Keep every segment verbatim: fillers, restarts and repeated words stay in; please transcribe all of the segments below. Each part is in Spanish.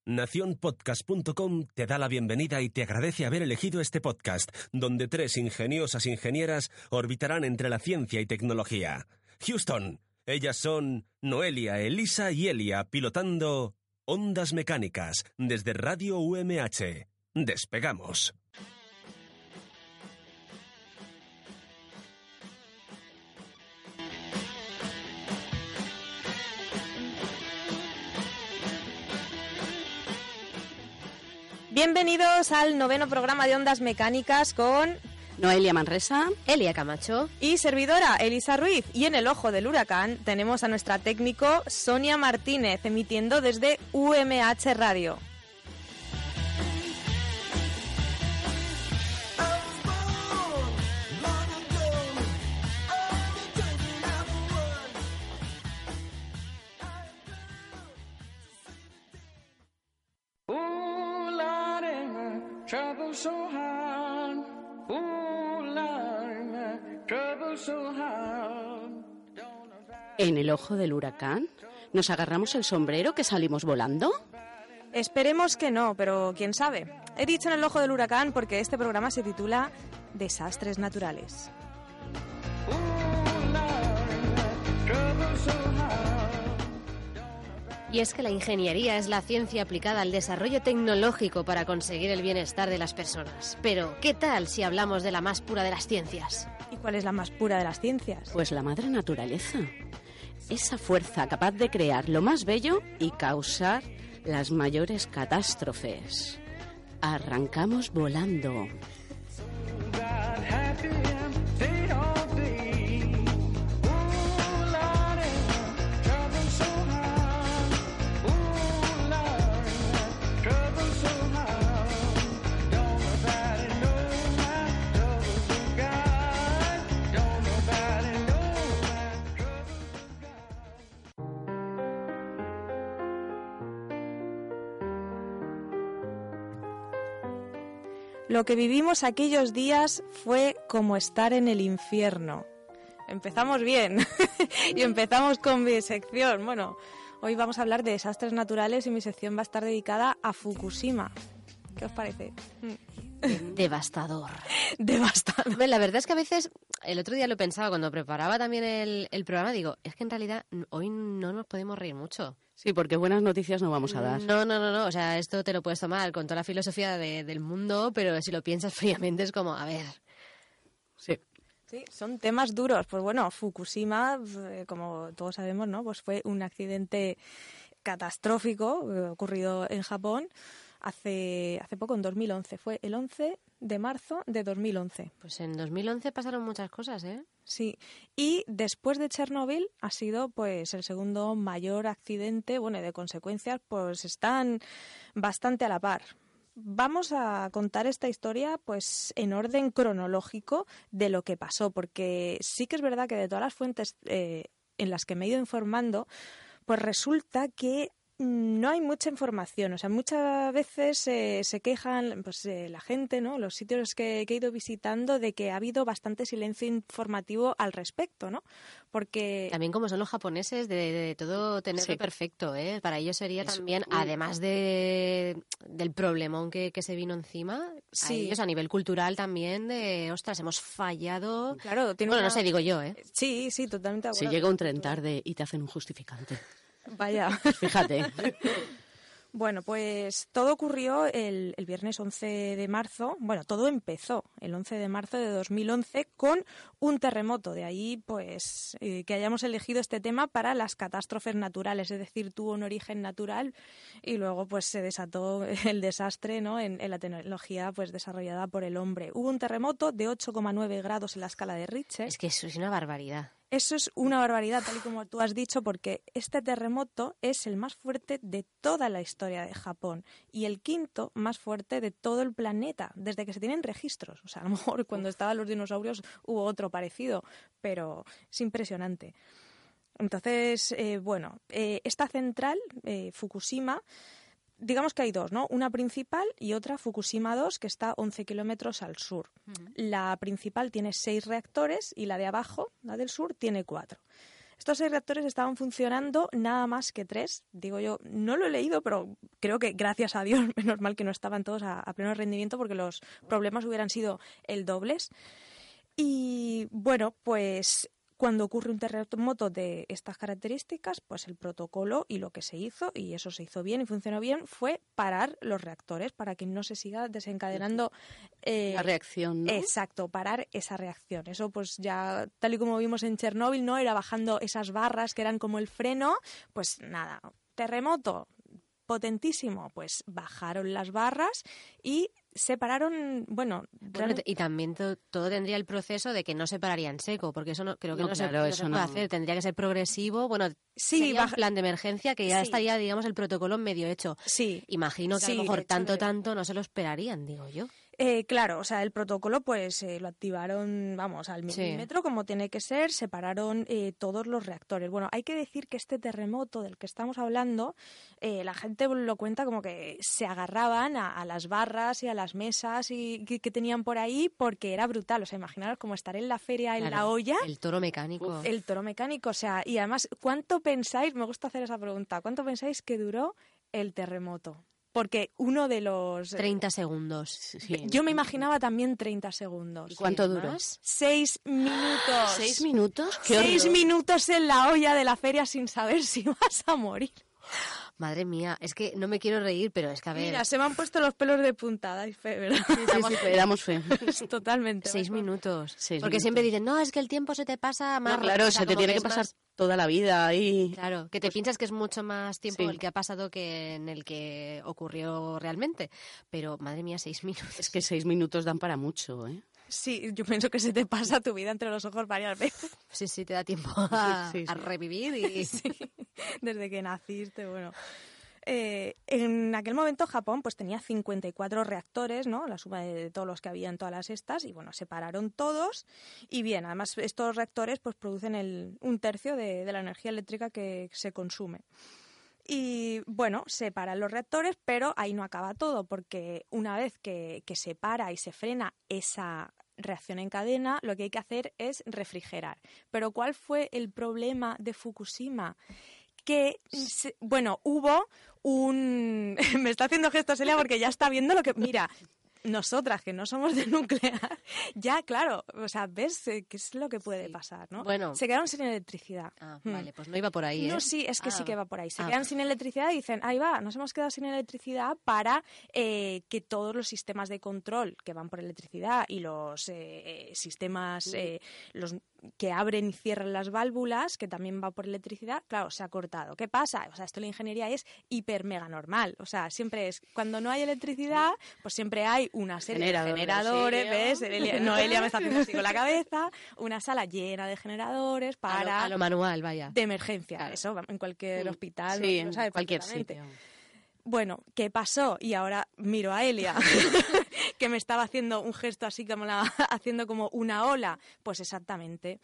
Nación Podcast punto com te da la bienvenida y te agradece haber elegido este podcast, donde tres ingeniosas ingenieras orbitarán entre la ciencia y tecnología. Houston, ellas son Noelia, Elisa y Elia, pilotando Ondas Mecánicas desde Radio U M H. Despegamos. Bienvenidos al noveno programa de Ondas Mecánicas con Noelia Manresa, Elia Camacho y servidora Elisa Ruiz. Y en el ojo del huracán tenemos a nuestra técnico Sonia Martínez, emitiendo desde U M H Radio. Trouble so hard, ooh Lord, my trouble so hard. En el ojo del huracán, ¿nos agarramos el sombrero que salimos volando? Esperemos que no, pero quién sabe. He dicho en el ojo del huracán porque este programa se titula Desastres Naturales. Ooh Lord, my trouble so hard. Y es que la ingeniería es la ciencia aplicada al desarrollo tecnológico para conseguir el bienestar de las personas. Pero, ¿qué tal si hablamos de la más pura de las ciencias? ¿Y cuál es la más pura de las ciencias? Pues la madre naturaleza. Esa fuerza capaz de crear lo más bello y causar las mayores catástrofes. Arrancamos volando. Lo que vivimos aquellos días fue como estar en el infierno. Empezamos bien y empezamos con mi sección. Bueno, hoy vamos a hablar de desastres naturales y mi sección va a estar dedicada a Fukushima. ¿Qué os parece? Devastador. Devastador. La verdad es que a veces, el otro día lo pensaba cuando preparaba también el, el programa, digo, es que en realidad hoy no nos podemos reír mucho. Sí, porque buenas noticias no vamos a dar. No, no, no, no, o sea, esto te lo puedes tomar con toda la filosofía de, del mundo, pero si lo piensas fríamente es como, a ver... Sí. Sí, son temas duros. Pues bueno, Fukushima, como todos sabemos, ¿no? Pues fue un accidente catastrófico eh, ocurrido en Japón hace, hace poco, en dos mil once. Fue el once de marzo de dos mil once. Pues en dos mil once pasaron muchas cosas, ¿eh? Sí, y después de Chernóbil ha sido pues el segundo mayor accidente, bueno, y de consecuencias pues están bastante a la par. Vamos a contar esta historia pues en orden cronológico de lo que pasó, porque sí que es verdad que de todas las fuentes eh, en las que me he ido informando, pues resulta que no hay mucha información. O sea, muchas veces eh, se quejan pues eh, la gente, ¿no? Los sitios que, que he ido visitando, de que ha habido bastante silencio informativo al respecto, ¿no? Porque también como son los japoneses, de, de todo tenerlo sí. perfecto, ¿eh? Para ellos sería es también, un... además de del problemón que, que se vino encima, sí. a ellos a nivel cultural también de, ostras, hemos fallado. Claro, tiene bueno, una... no sé, digo yo, ¿eh? Sí, sí, totalmente de acuerdo. Si llega un tren tarde y te hacen un justificante. Vaya. Fíjate. Bueno, pues todo ocurrió el, el viernes once de marzo. Bueno, todo empezó el once de marzo de dos mil once con un terremoto. De ahí, pues, eh, que hayamos elegido este tema para las catástrofes naturales. Es decir, tuvo un origen natural y luego, pues, se desató el desastre, ¿no? En, en la tecnología, pues, desarrollada por el hombre. Hubo un terremoto de ocho coma nueve grados en la escala de Richter. Es que eso es una barbaridad. Eso es una barbaridad, tal y como tú has dicho, porque este terremoto es el más fuerte de toda la historia de Japón y el quinto más fuerte de todo el planeta, desde que se tienen registros. O sea, a lo mejor cuando estaban los dinosaurios hubo otro parecido, pero es impresionante. Entonces, eh, bueno, eh, esta central, eh, Fukushima, digamos que hay dos, ¿no? Una principal y otra Fukushima dos, que está once kilómetros al sur. Uh-huh. La principal tiene seis reactores y la de abajo, la del sur, tiene cuatro. Estos seis reactores estaban funcionando nada más que tres. Digo yo, no lo he leído, pero creo que gracias a Dios, menos mal que no estaban todos a, a pleno rendimiento porque los problemas hubieran sido el dobles. Y bueno, pues cuando ocurre un terremoto de estas características, pues el protocolo y lo que se hizo, y eso se hizo bien y funcionó bien, fue parar los reactores para que no se siga desencadenando eh, la reacción, ¿no? Exacto, parar esa reacción. Eso pues ya, tal y como vimos en Chernóbil, ¿no? Era bajando esas barras que eran como el freno, pues nada, terremoto potentísimo, pues bajaron las barras y separaron, bueno... Bueno, y también to- todo tendría el proceso de que no se pararía en seco, porque eso no creo que No, no, claro, se, no eso se puede no. hacer. Tendría que ser progresivo. Bueno, Sí, sería un baja- plan de emergencia que ya Sí. estaría, digamos, el protocolo medio hecho. Sí, Imagino que a Sí, lo de mejor hecho, tanto, de- tanto no se lo esperarían, digo yo. Eh, claro, o sea, el protocolo pues eh, lo activaron, vamos, al Sí. milímetro como tiene que ser, separaron eh, todos los reactores. Bueno, hay que decir que este terremoto del que estamos hablando, eh, la gente lo cuenta como que se agarraban a, a las barras y a las mesas y que, que tenían por ahí porque era brutal. O sea, imaginaros como estar en la feria en la Claro, olla. El toro mecánico. El toro mecánico, o sea, y además, ¿cuánto pensáis, me gusta hacer esa pregunta, ¿cuánto pensáis que duró el terremoto? Porque uno de los... treinta segundos. Sí. Yo me imaginaba también treinta segundos. ¿Y cuánto duró? ¿Más? Seis minutos. ¿Seis minutos? ¡Qué Seis horror! minutos en la olla de la feria sin saber si vas a morir. Madre mía, es que no me quiero reír, pero es que a ver, Mira, se me han puesto los pelos de punta, dais fe, ¿verdad? Damos fe, damos fe. Totalmente. seis vamos. minutos. Seis Porque minutos. siempre dicen, no, es que el tiempo se te pasa más No, claro, rápido. O sea, se te como tiene que es pasar más- toda la vida ahí. Claro, que te piensas que es mucho más tiempo Sí. el que ha pasado que en el que ocurrió realmente. Pero, madre mía, seis minutos. Es que seis minutos dan para mucho, ¿eh? Sí, yo pienso que se te pasa tu vida entre los ojos varias veces. Sí, sí, te da tiempo a, Sí, sí. a revivir y... Sí, desde que naciste, bueno. Eh, en aquel momento Japón pues tenía cincuenta y cuatro reactores, ¿no? La suma de, de todos los que había en todas las estas, y bueno, se pararon todos. Y bien, además estos reactores pues producen el, un tercio de, de la energía eléctrica que se consume. Y bueno, se paran los reactores, pero ahí no acaba todo, porque una vez que, que se para y se frena esa reacción en cadena, lo que hay que hacer es refrigerar. Pero ¿cuál fue el problema de Fukushima? Que, se- bueno, hubo un... Me está haciendo gestos, Elia, porque ya está viendo lo que... Mira, nosotras, que no somos de nuclear, ya, claro, o sea, ves eh, qué es lo que puede Sí. pasar, ¿no? Bueno. Se quedaron sin electricidad. Ah, Hmm. vale, pues no iba por ahí, ¿eh? No, sí, es que Ah, sí que va por ahí. Se ah. quedan sin electricidad y dicen, ahí va, nos hemos quedado sin electricidad para eh, que todos los sistemas de control que van por electricidad y los eh, eh, sistemas eh, los que abren y cierran las válvulas, que también va por electricidad, claro, se ha cortado. ¿Qué pasa? O sea, esto en la ingeniería es hiper mega normal. O sea, siempre es, cuando no hay electricidad, pues siempre hay una serie Generadores, de generadores, sí, ¿ves? Elia- Noelia me está haciendo así con la cabeza, una sala llena de generadores A lo, para... a lo manual, vaya. de emergencia, Claro. eso en cualquier Mm, hospital, Sí, no lo en sabe cualquier perfectamente. sitio. Bueno, ¿qué pasó? Y ahora miro a Elia, que me estaba haciendo un gesto así como la, haciendo como una ola. Pues exactamente.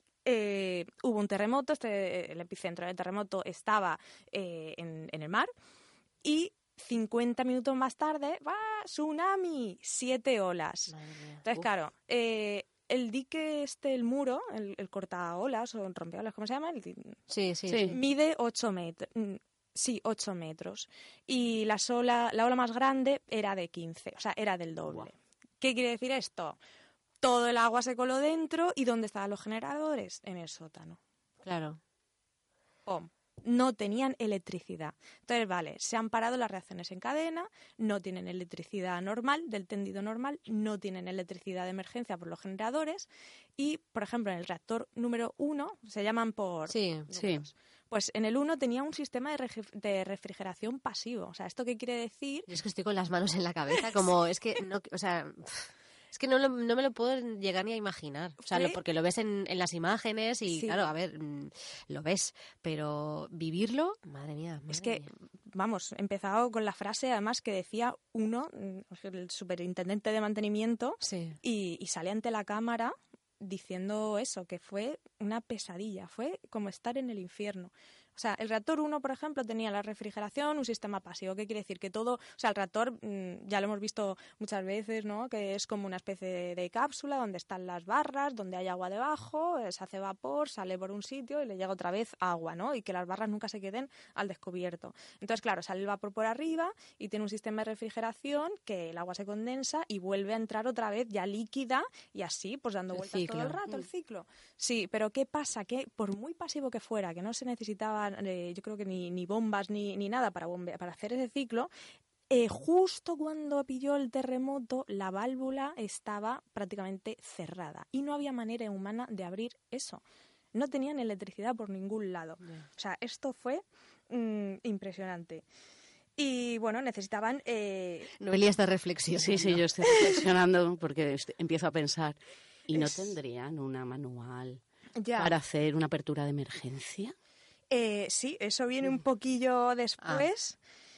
Eh, hubo un terremoto, este, el epicentro del terremoto estaba eh, en, en el mar y cincuenta minutos más tarde, ¡va! ¡Tsunami! Siete olas. Madre mía. Entonces, Uf. claro, eh, el dique este, el muro, el, el cortaolas o rompeolas, ¿cómo se llama? El di- Sí, sí, Sí. sí. mide ocho metros. Sí, ocho metros. Y la, sola, la ola más grande era de quince, o sea, era del doble. Guau. ¿Qué quiere decir esto? Todo el agua se coló dentro y ¿dónde estaban los generadores? En el sótano. Claro. ¡Pum! No tenían electricidad. Entonces, vale, se han parado las reacciones en cadena, no tienen electricidad normal, del tendido normal, no tienen electricidad de emergencia por los generadores y, por ejemplo, en el reactor número uno, se llaman por... Sí. Sí. números, pues en el uno tenía un sistema de, regi- de refrigeración pasivo. O sea, ¿esto qué quiere decir? Yo es que estoy con las manos en la cabeza, como es que no, o sea, es que no, lo- no me lo puedo llegar ni a imaginar. O sea, lo- Fue- porque lo ves en, en las imágenes y Sí. claro, a ver, mm, lo ves, pero vivirlo, madre mía. Es madre que, mía. vamos, he empezado con la frase además que decía uno, mm, el superintendente de mantenimiento, Sí. y, y sale ante la cámara diciendo eso, que fue una pesadilla, fue como estar en el infierno. O sea, el reactor uno, por ejemplo, tenía la refrigeración, un sistema pasivo. ¿Qué quiere decir? Que todo, o sea, el reactor, mmm, ya lo hemos visto muchas veces, ¿no? Que es como una especie de, de cápsula donde están las barras, donde hay agua debajo, se hace vapor, sale por un sitio y le llega otra vez agua, ¿no? Y que las barras nunca se queden al descubierto. Entonces, claro, sale el vapor por arriba y tiene un sistema de refrigeración que el agua se condensa y vuelve a entrar otra vez ya líquida y así, pues dando El vueltas ciclo. todo el rato, el ciclo. Sí, pero ¿qué pasa? Que por muy pasivo que fuera, que no se necesitaba Eh, yo creo que ni, ni bombas ni, ni nada para, bombe- para hacer ese ciclo, eh, justo cuando pilló el terremoto la válvula estaba prácticamente cerrada y no había manera humana de abrir eso. No tenían electricidad por ningún lado. Yeah. O sea, esto fue mm, impresionante. Y bueno, necesitaban... Eh, Noelia está reflexionando. Sí, sí, yo estoy reflexionando porque est- empiezo a pensar, ¿y no Es- tendrían una manual ya. para hacer una apertura de emergencia? Eh, sí, eso viene un poquillo después,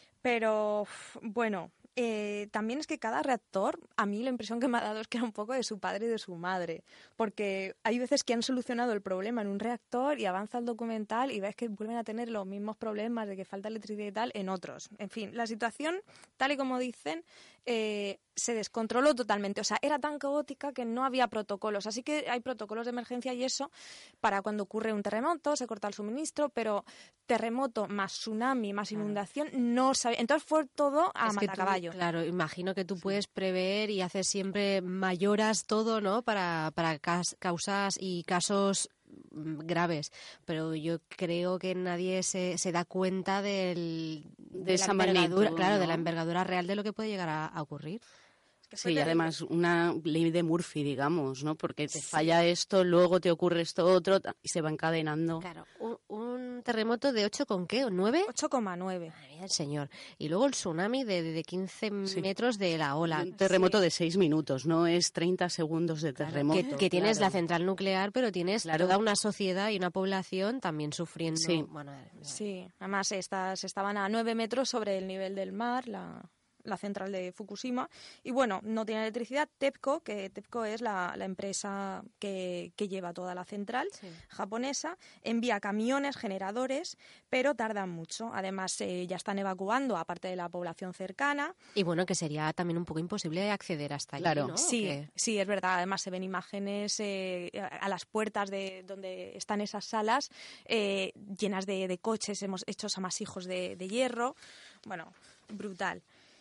pero uf, bueno, eh, también es que cada reactor, a mí la impresión que me ha dado es que era un poco de su padre y de su madre, porque hay veces que han solucionado el problema en un reactor y avanza el documental y ves que vuelven a tener los mismos problemas de que falta electricidad y tal en otros. En fin, la situación, tal y como dicen, eh, se descontroló totalmente. O sea, era tan caótica que no había protocolos. Así que hay protocolos de emergencia y eso para cuando ocurre un terremoto, se corta el suministro, pero terremoto más tsunami más inundación, no sabía. Entonces fue todo a Es que tú, matacaballo. claro, imagino que tú puedes prever y hacer siempre mayoras todo, ¿no? Para, para cas- causas y casos mm, graves, pero yo creo que nadie se, se da cuenta del, De la esa envergadura, magnitud, claro, de ¿no? la envergadura real de lo que puede llegar a, a ocurrir. Que fue Sí, terrible. además una ley de Murphy, digamos, ¿no? Porque te falla esto, luego te ocurre esto otro ta- y se va encadenando. Claro, un, un terremoto de ocho con qué, o nueve. ocho coma nueve. Madre mía del señor. Y luego el tsunami de, de quince Sí. metros de la ola. Un terremoto de seis minutos, no es treinta segundos de terremoto. Que, que tienes claro. la central nuclear, pero tienes Claro. toda una sociedad y una población también sufriendo. Sí. Bueno, Sí, además estas estaban a nueve metros sobre el nivel del mar, la, la central de Fukushima. Y bueno, no tiene electricidad. TEPCO, que TEPCO es la, la empresa que, que lleva toda la central Sí. japonesa, envía camiones, generadores, pero tardan mucho. Además, eh, ya están evacuando a parte de la población cercana. Y bueno, que sería también un poco imposible acceder hasta allí, Claro. ¿no? Sí, Que- sí, es verdad. Además, se ven imágenes eh, a las puertas de donde están esas salas eh, llenas de, de coches hemos hechos amasijos de, de hierro. Bueno, brutal.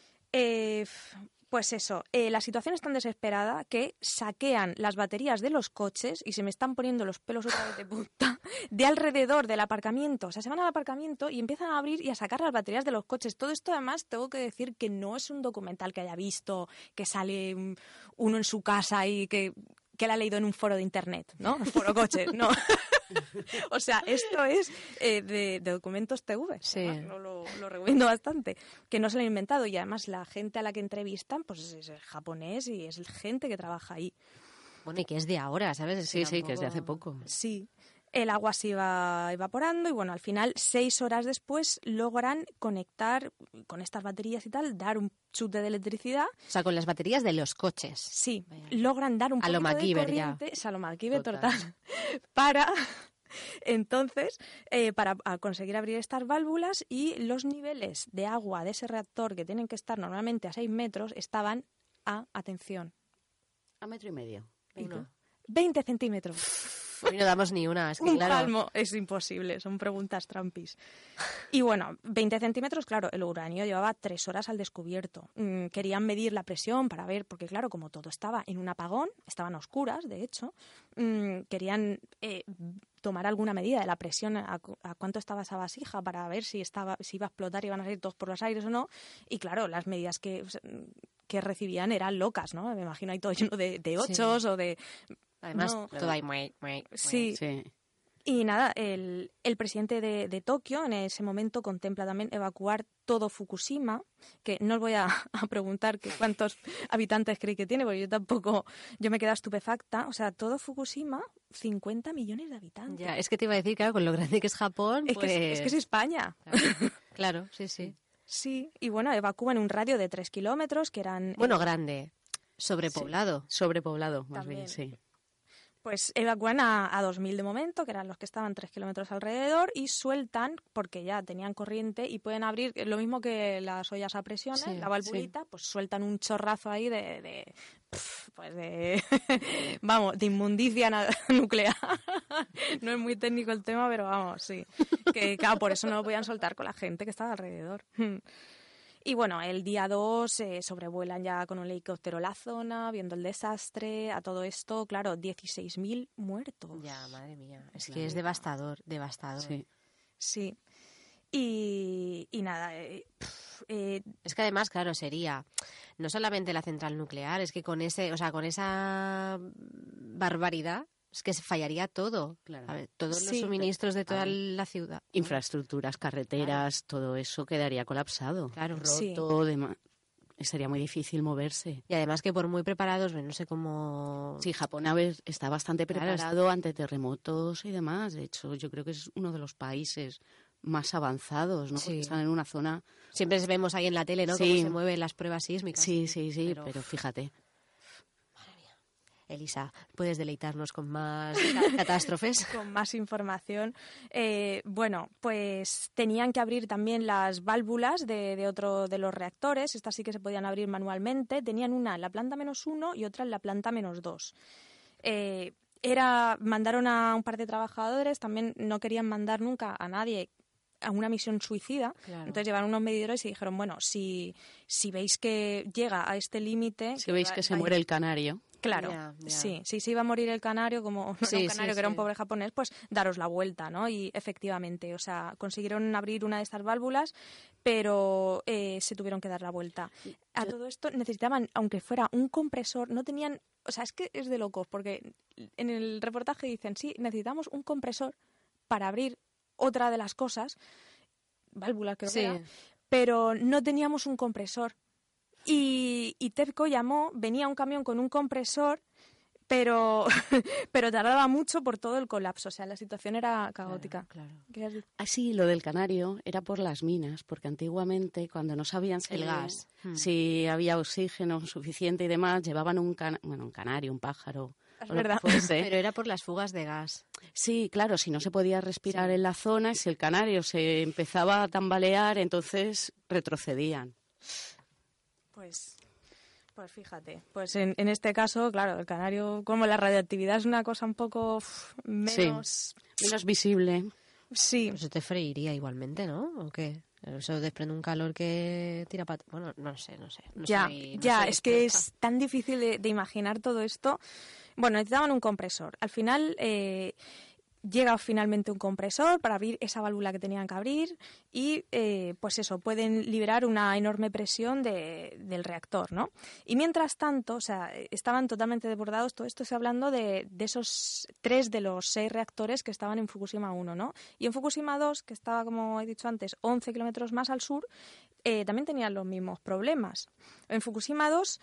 Eh, f- pues eso, eh, la situación es tan desesperada que saquean las baterías de los coches y se me están poniendo los pelos otra vez de punta de alrededor del aparcamiento. O sea, se van al aparcamiento y empiezan a abrir y a sacar las baterías de los coches. Todo esto, además, tengo que decir que no es un documental que haya visto, que sale mm, uno en su casa y que, que la ha leído en un foro de internet, ¿no? Foro coches, no. O sea, esto es eh, de, de documentos T V. Sí. Además, lo, lo, lo recomiendo bastante. Que no se lo han inventado y además la gente a la que entrevistan pues es, es japonés y es gente que trabaja ahí. Bueno, y que es de ahora, ¿sabes? Es Sí, sí, que es de tampoco- hace poco. Sí. El agua se iba evaporando y bueno, al final, seis horas después, logran conectar con estas baterías y tal, dar un chute de electricidad. O sea, con las baterías de los coches. Sí, Vaya. logran dar un A lo poquito de MacGyver ya. corriente, es a lo MacGyver Total. total, para entonces eh, para a conseguir abrir estas válvulas y los niveles de agua de ese reactor que tienen que estar normalmente a seis metros estaban a, atención, A metro y medio. Uno. veinte centímetros. Hoy no damos ni una, es que Un claro. palmo es imposible, son preguntas trampis. Y bueno, veinte centímetros, claro, el uranio llevaba tres horas al descubierto. Mm, querían medir la presión para ver, porque claro, como todo estaba en un apagón, estaban a oscuras, de hecho, mm, querían eh, tomar alguna medida de la presión, a, cu- a cuánto estaba esa vasija, para ver si, estaba, si iba a explotar y iban a salir todos por los aires o no. Y claro, las medidas que... o sea, que recibían eran locas, ¿no? Me imagino ahí todo lleno de, de ochos o de... Además, No. todo ahí... mue, mue, mue. Sí, Sí. y nada, el, el presidente de, de Tokio en ese momento contempla también evacuar todo Fukushima, que no os voy a, a preguntar que cuántos habitantes cree que tiene, porque yo tampoco, yo me quedo estupefacta. O sea, todo Fukushima, cincuenta millones de habitantes. Ya, es que te iba a decir, claro, con lo grande que es Japón, es, pues... que, es, es que es España. Claro, claro, sí, sí. Sí, y bueno, evacúan un radio de tres kilómetros, que eran... Bueno, grande, sobrepoblado. Sobrepoblado, más También. bien, sí. Pues evacúan a, a dos mil de momento, que eran los que estaban tres kilómetros alrededor, y sueltan, porque ya tenían corriente, y pueden abrir, lo mismo que las ollas a presión, Sí, la valvulita, sí. pues sueltan un chorrazo ahí de, de pf, pues de, vamos, de inmundicia na- nuclear. No es muy técnico el tema, pero vamos, sí. Que claro, por eso no lo podían soltar con la gente que estaba alrededor. Y bueno, el día dos eh, sobrevuelan ya con un helicóptero la zona, viendo el desastre. A todo esto, claro, dieciséis mil muertos. Ya, madre mía. Es que Claro. es devastador, devastador. Sí. Sí. Y, y nada, eh, pf, eh, Es que además, claro, sería no solamente la central nuclear, es que con ese, o sea, con esa barbaridad es que se fallaría todo. Claro. A ver, todos Sí. los suministros de toda A ver. la ciudad. Infraestructuras, carreteras, todo eso quedaría colapsado. Claro. Sí. Roto, dema- sería muy difícil moverse. Y además que por muy preparados, no sé cómo... Sí, Japón a ver, está bastante Claro, preparado ante terremotos y demás. De hecho, yo creo que es uno de los países más avanzados, ¿no? Sí. Porque están en una zona... Siempre vemos ahí en la tele, ¿no? Sí. Cómo se mueven las pruebas sísmicas. Sí, sí, sí, Pero- pero, fíjate. Elisa, ¿puedes deleitarnos con más ca- catástrofes? con más información. Eh, bueno, pues tenían que abrir también las válvulas de, de otro de los reactores. Estas sí que se podían abrir manualmente. Tenían una en la planta menos uno y otra en la planta menos dos. Eh, era, mandaron a un par de trabajadores. También no querían mandar nunca a nadie a una misión suicida. Claro. Entonces llevaron unos medidores y dijeron, bueno, si, si veis que llega a este límite... Si veis que se muere el canario. Claro, Ya, ya. sí, si se iba a morir el canario, como no era Sí, un sí, canario que era un sí. pobre japonés, pues daros la vuelta, ¿no? Y efectivamente, o sea, consiguieron abrir una de estas válvulas, pero eh, se tuvieron que dar la vuelta. A todo esto necesitaban, aunque fuera un compresor, no tenían, o sea, es que es de locos, porque en el reportaje dicen, sí, necesitamos un compresor para abrir otra de las cosas, válvulas creo Sí. que era, pero no teníamos un compresor. Y, y TEPCO llamó, venía un camión con un compresor, pero, pero tardaba mucho por todo el colapso. O sea, la situación era caótica. Claro. ¿Qué has dicho? Ah, sí, lo del canario era por las minas, porque antiguamente, cuando no sabían si, El gas. Hmm. si había oxígeno suficiente y demás, llevaban un, cana- bueno, un canario, un pájaro. Es o lo que verdad. fuese. Pero era por las fugas de gas. Sí, claro, si no se podía respirar Sí. en la zona, y si el canario se empezaba a tambalear, entonces retrocedían. Pues, pues fíjate. Pues en, en este caso, claro, el canario, como la radioactividad es una cosa un poco uf, menos... Menos visible. Sí, Pues se te freiría igualmente, ¿no? ¿O qué? Eso desprende un calor que tira para... Bueno, no sé, no sé. No ya, soy- no ya, soy es que experta. es tan difícil de, de imaginar todo esto. Bueno, necesitaban un compresor. Al final eh, llega finalmente un compresor para abrir esa válvula que tenían que abrir y, eh, pues eso, pueden liberar una enorme presión de- del reactor, ¿no? Y mientras tanto, o sea, estaban totalmente desbordados. Todo esto estoy hablando de, de esos tres de los seis reactores que estaban en Fukushima uno, ¿no? Y en Fukushima dos, que estaba, como he dicho antes, once kilómetros más al sur, eh, también tenían los mismos problemas. En Fukushima dos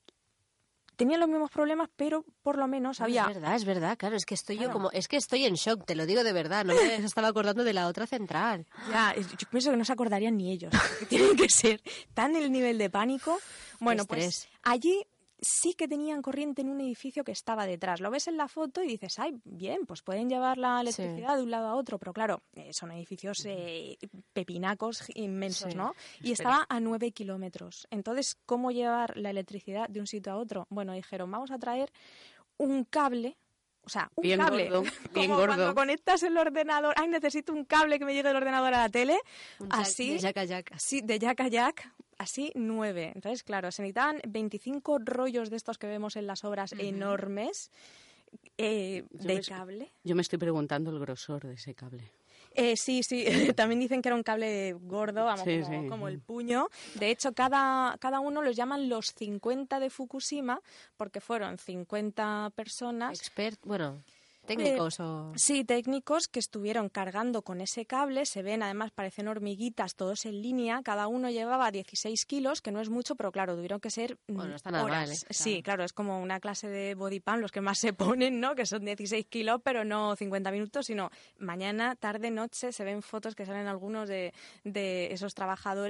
tenían los mismos problemas, pero por lo menos había... Es verdad, es verdad, claro, es que estoy Claro. yo como... Es que estoy en shock, te lo digo de verdad, no me estaba acordando de la otra central. Ya, es- yo pienso que no se acordarían ni ellos, porque tienen que ser tan el nivel de pánico. Bueno, pues estrés. allí sí que tenían corriente en un edificio que estaba detrás. Lo ves en la foto y dices, ay, bien, pues pueden llevar la electricidad de un lado a otro, pero claro, eh, son edificios eh, pepinacos inmensos, Sí. ¿no? Y estaba a nueve kilómetros. Entonces, ¿cómo llevar la electricidad de un sitio a otro? Bueno, dijeron, vamos a traer un cable. O sea, un Bien cable. gordo, bien Como gordo. cuando conectas el ordenador. Ay, necesito un cable que me llegue del ordenador a la tele. Un jack- Así, de jack a jack. así, de jack a jack. Así, nueve. Entonces, claro, se necesitaban veinticinco rollos de estos que vemos en las obras enormes eh, Yo de me- cable. Yo me estoy preguntando el grosor de ese cable. Eh, sí, sí, también dicen que era un cable gordo, vamos, Sí, como, sí. como el puño. De hecho, cada, cada uno los llaman los cincuenta de Fukushima, porque fueron cincuenta personas. Expert, bueno, técnicos o... Sí, técnicos que estuvieron cargando con ese cable, se ven, además parecen hormiguitas, todos en línea, cada uno llevaba dieciséis kilos, que no es mucho, pero claro, tuvieron que ser mm, Bueno, no está nada horas. mal, ¿eh? Sí, claro, es como una clase de body pump, los que más se ponen, ¿no? Que son dieciséis kilos, pero no cincuenta minutos, sino mañana, tarde, noche, se ven fotos que salen algunos de, de esos trabajadores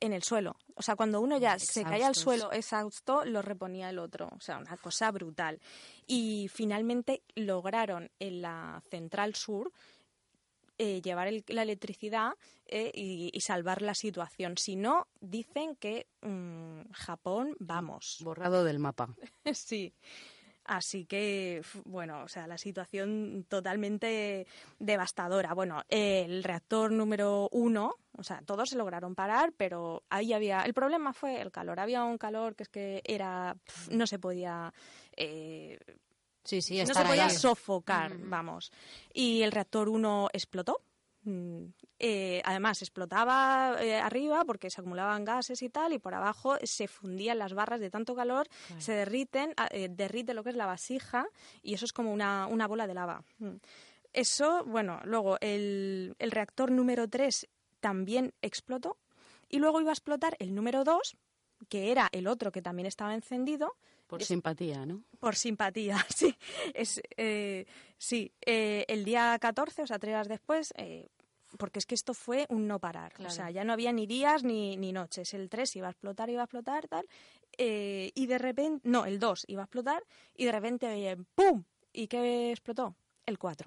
en el suelo. O sea, cuando uno ya se caía al Exhaustos. suelo exhausto, lo reponía el otro. O sea, una cosa brutal. Y finalmente lograron en la central sur eh, llevar el- la electricidad eh, y, y salvar la situación. Si no, dicen que mm, Japón, vamos. Borrado del mapa. Sí. Así que, f- bueno, o sea, la situación totalmente devastadora. Bueno, el reactor número uno, o sea, todos se lograron parar, pero ahí había... El problema fue el calor. Había un calor que es que era... pf, no se podía... eh, Sí, sí, no estar se podía ahí. sofocar, Mm. vamos. Y el reactor uno explotó. Mm, eh, además, explotaba eh, arriba porque se acumulaban gases y tal, y por abajo se fundían las barras de tanto calor, se derriten, ah, eh, derrite lo que es la vasija, y eso es como una, una bola de lava. Mm. Eso, bueno, luego el, el reactor número tres también explotó, y luego iba a explotar el número dos, que era el otro que también estaba encendido, Por simpatía, ¿no? por simpatía, sí. Es, eh, sí, eh, el día catorce, o sea, tres horas después, eh, porque es que esto fue un no parar. Claro. O sea, ya no había ni días ni, ni noches. El tres iba a explotar, iba a explotar, tal. eh, y de repente, no, el dos iba a explotar y de repente, oye, ¡pum! ¿Y qué explotó? El cuatro.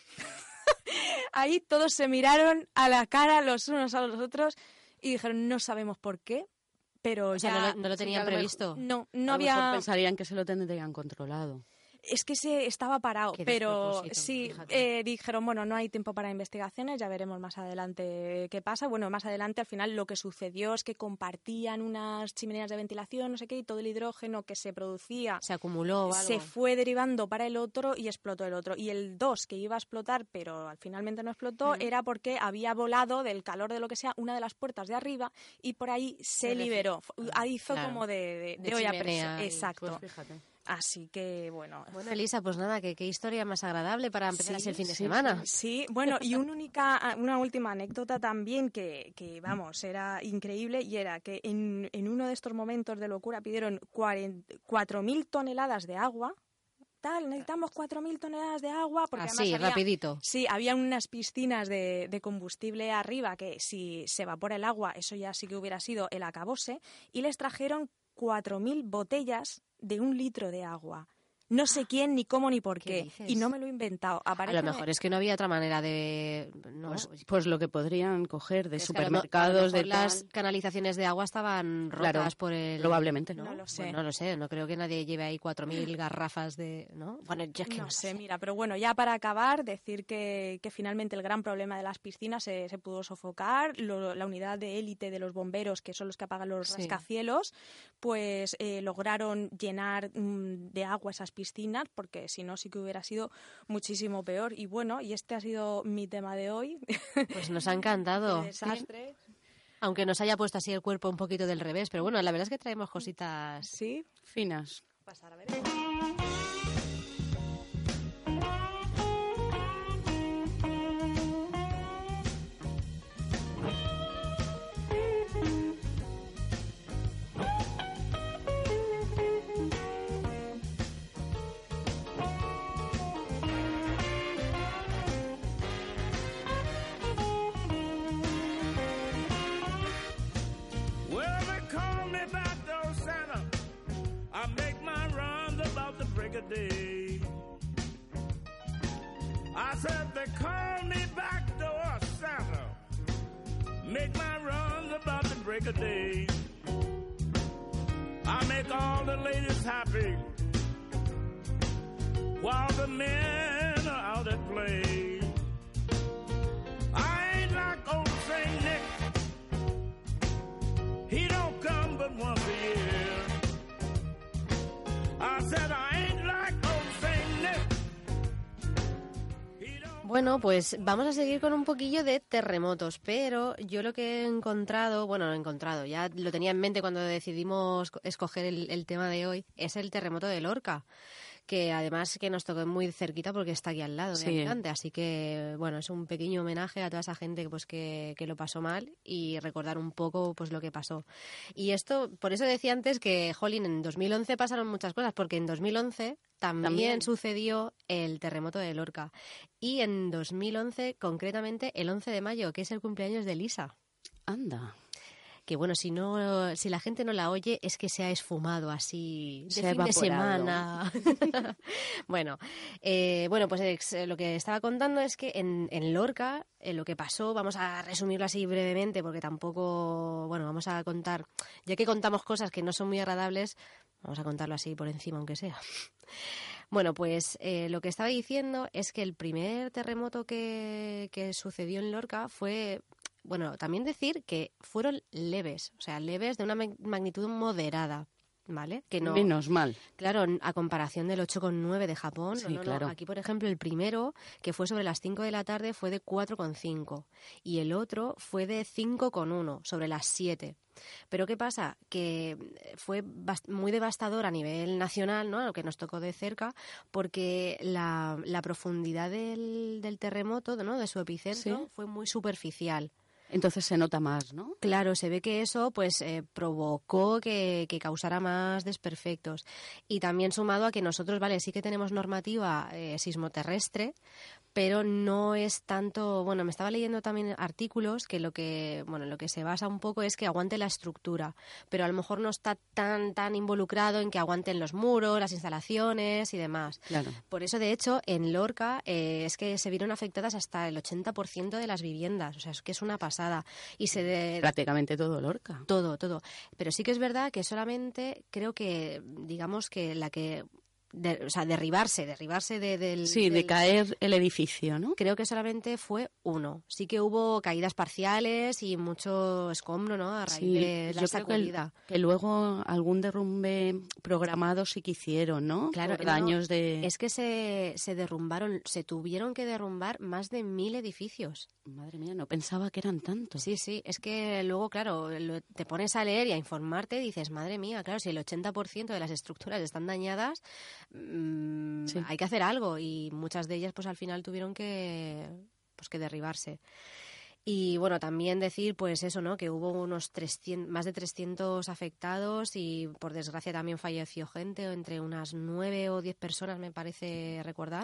Ahí todos se miraron a la cara los unos a los otros y dijeron, no sabemos por qué, pero O sea, ya... no, lo- no lo sí, tenían a lo mejor- previsto. No, no A lo mejor había... pensarían que se lo tendrían controlado. Es que se estaba parado, Qué pero despropósito, sí, fíjate. eh, dijeron, bueno, no hay tiempo para investigaciones, ya veremos más adelante qué pasa. Bueno, más adelante al final lo que sucedió es que compartían unas chimeneas de ventilación, no sé qué, y todo el hidrógeno que se producía Se acumuló o algo. se fue derivando para el otro y explotó el otro. Y el dos que iba a explotar, pero al finalmente no explotó, Mm. era porque había volado del calor de lo que sea una de las puertas de arriba y por ahí se, Se refi- liberó. Fu- Ahí hizo claro. como de, de, De de olla a chimenea presión. y- Exacto. Pues fíjate. Así que, bueno. Bueno, Elisa, pues nada, que qué historia más agradable para empezar Sí, así el fin de sí, semana. Sí, bueno, y una única, una última anécdota también que, que, vamos, era increíble, y era que en, en uno de estos momentos de locura pidieron cuatro mil toneladas de agua. Tal, necesitamos cuatro mil toneladas de agua porque Así, además había, rapidito. sí, había unas piscinas de, de combustible arriba que si se evapora el agua, eso ya sí que hubiera sido el acabose, y les trajeron cuatro mil botellas de un litro de agua. No sé quién, ni cómo, ni por ¿Qué qué. dices? Y no me lo he inventado. A Aparece lo mejor es que no había otra manera de... ¿no? Pues, pues lo que podrían coger de Es que a lo mo- a lo supermercados, de mejor las tal, canalizaciones de agua estaban rotas Claro, por el... probablemente. No lo sé. Pues no lo sé, no creo que nadie lleve ahí cuatro mil garrafas de... ¿no? Bueno, yo es que No sé, mira, pero bueno, ya para acabar, decir que, que finalmente el gran problema de las piscinas se, se pudo sofocar. Lo- la unidad de élite de los bomberos, que son los que apagan los Sí. rascacielos, pues eh, lograron llenar mm, de agua esas piscinas, porque si no sí que hubiera sido muchísimo peor. Y bueno, y este ha sido mi tema de hoy. Pues nos ha encantado. Qué desastre. Aunque nos haya puesto así el cuerpo un poquito del revés, pero bueno, la verdad es que traemos cositas... Sí, finas. pasar a ver. Well, they call me back door Santa. I make my runs about the break of day. I said they call me back door Santa. Make my runs about the break of day. I make all the ladies happy while the men are out at play. I ain't like old Saint Nick. He don't come but once a year. I said I ain't like old Saint Nick. He don't... Bueno, pues vamos a seguir con un poquillo de terremotos, pero yo lo que he encontrado, bueno, lo he encontrado, ya lo tenía en mente cuando decidimos co- escoger el, el tema de hoy, es el terremoto de Lorca, que además que nos tocó muy cerquita porque está aquí al lado de Sí. Alicante, así que bueno, es un pequeño homenaje a toda esa gente pues que, que lo pasó mal y recordar un poco pues lo que pasó. Y esto, por eso decía antes que, jolín, en dos mil once pasaron muchas cosas, porque en dos mil once también, También. sucedió el terremoto de Lorca. Y en dos mil once, concretamente el once de mayo, que es el cumpleaños de Lisa. Anda. que bueno, si no, si la gente no la oye es que se ha esfumado así de Se ha fin de evaporado. semana. bueno, eh, bueno, pues ex- lo que estaba contando es que en, en Lorca eh, lo que pasó, vamos a resumirlo así brevemente porque tampoco, bueno, vamos a contar, ya que contamos cosas que no son muy agradables, vamos a contarlo así por encima aunque sea. Bueno, pues eh, lo que estaba diciendo es que el primer terremoto que, que sucedió en Lorca fue, bueno, también decir que fueron leves, o sea, leves de una mag- magnitud moderada, ¿vale? Que no, Menos mal. claro, n- a comparación del ocho coma nueve de Japón, Sí, no, no, no. claro. Aquí, por ejemplo, el primero, que fue sobre las cinco de la tarde, fue de cuatro coma cinco y el otro fue de cinco coma uno sobre las siete. Pero ¿qué pasa? Que fue bast- muy devastador a nivel nacional, ¿no? Lo que nos tocó de cerca, porque la, la profundidad del, del terremoto, ¿no? De su epicentro, Sí. fue muy superficial. Entonces se nota más, ¿no? Claro, se ve que eso pues eh, provocó que, que causara más desperfectos. Y también sumado a que nosotros, vale, sí que tenemos normativa eh, sismoterrestre, pero no es tanto, bueno, me estaba leyendo también artículos que lo que, bueno, lo que se basa un poco es que aguante la estructura, pero a lo mejor no está tan tan involucrado en que aguanten los muros, las instalaciones y demás. Claro. Por eso, de hecho, en Lorca eh, es que se vieron afectadas hasta el ochenta por ciento de las viviendas, o sea, es que es una pasada. Y se de, Prácticamente todo Lorca. todo, todo. Pero sí que es verdad que solamente creo que, digamos que la que, de- o sea, derribarse, derribarse de, del... Sí, de del- caer el edificio, ¿no? Creo que solamente fue uno. Sí que hubo caídas parciales y mucho escombro, ¿no? A raíz Sí, de la yo creo que, el- sacudida. que luego algún derrumbe programado sí que hicieron, ¿no? Claro, Por no, daños de... Es que se, se derrumbaron, se tuvieron que derrumbar más de mil edificios. Madre mía, no pensaba que eran tantos. Sí, sí, es que luego, claro, lo- te pones a leer y a informarte y dices, madre mía, claro, si el ochenta por ciento de las estructuras están dañadas, mm, Sí. hay que hacer algo. Y muchas de ellas, pues al final tuvieron que, pues, que derribarse. Y bueno, también decir, pues eso, ¿no? Que hubo unos trescientos, más de trescientos afectados y por desgracia también falleció gente, entre unas nueve o diez personas, me parece recordar.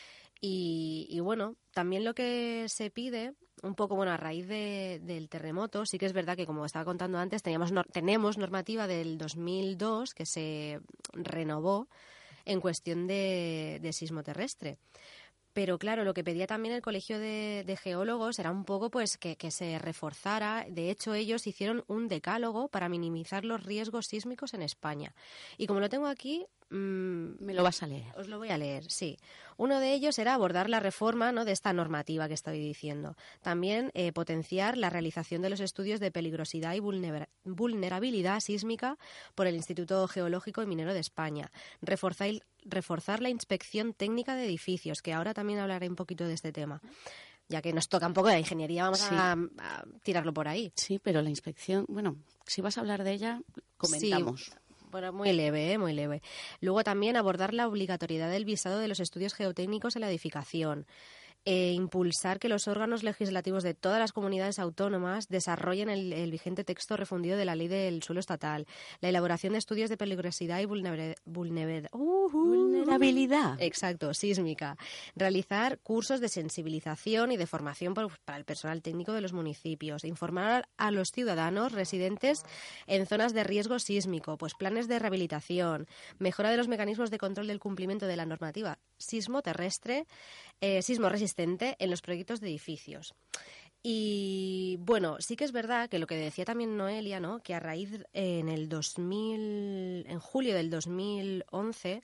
Y, y bueno, también lo que se pide, un poco, bueno, a raíz de- del terremoto, sí que es verdad que, como estaba contando antes, teníamos nor- tenemos normativa del dos mil dos que se renovó en cuestión de, de sismo terrestre. Pero claro, lo que pedía también el Colegio de, de Geólogos era un poco pues que, que se reforzara. De hecho, ellos hicieron un decálogo para minimizar los riesgos sísmicos en España. Y como lo tengo aquí, mm, Me lo vas a leer. os lo voy a leer, sí. Uno de ellos era abordar la reforma, ¿no?, de esta normativa que estoy diciendo. También eh, potenciar la realización de los estudios de peligrosidad y vulnera- vulnerabilidad sísmica por el Instituto Geológico y Minero de España. Reforzar, reforzar la inspección técnica de edificios, que ahora también hablaré un poquito de este tema. Ya que nos toca un poco de la ingeniería, vamos Sí. a, a tirarlo por ahí. Sí, pero la inspección, bueno, si vas a hablar de ella, comentamos. Sí. Bueno, muy leve, ¿eh? Muy leve. Luego también abordar la obligatoriedad del visado de los estudios geotécnicos en la edificación. E impulsar que los órganos legislativos de todas las comunidades autónomas desarrollen el, el vigente texto refundido de la Ley del Suelo Estatal. La elaboración de estudios de peligrosidad y vulnera- vulnera- uh, Vulnerabilidad. Exacto, sísmica. Realizar cursos de sensibilización y de formación por- para el personal técnico de los municipios. Informar a los ciudadanos residentes en zonas de riesgo sísmico, pues planes de rehabilitación, mejora de los mecanismos de control del cumplimiento de la normativa sismo terrestre, eh, sismo resistente en los proyectos de edificios. Y bueno, sí que es verdad que lo que decía también Noelia, ¿no?, que a raíz eh, en el dos mil, en julio del dos mil once,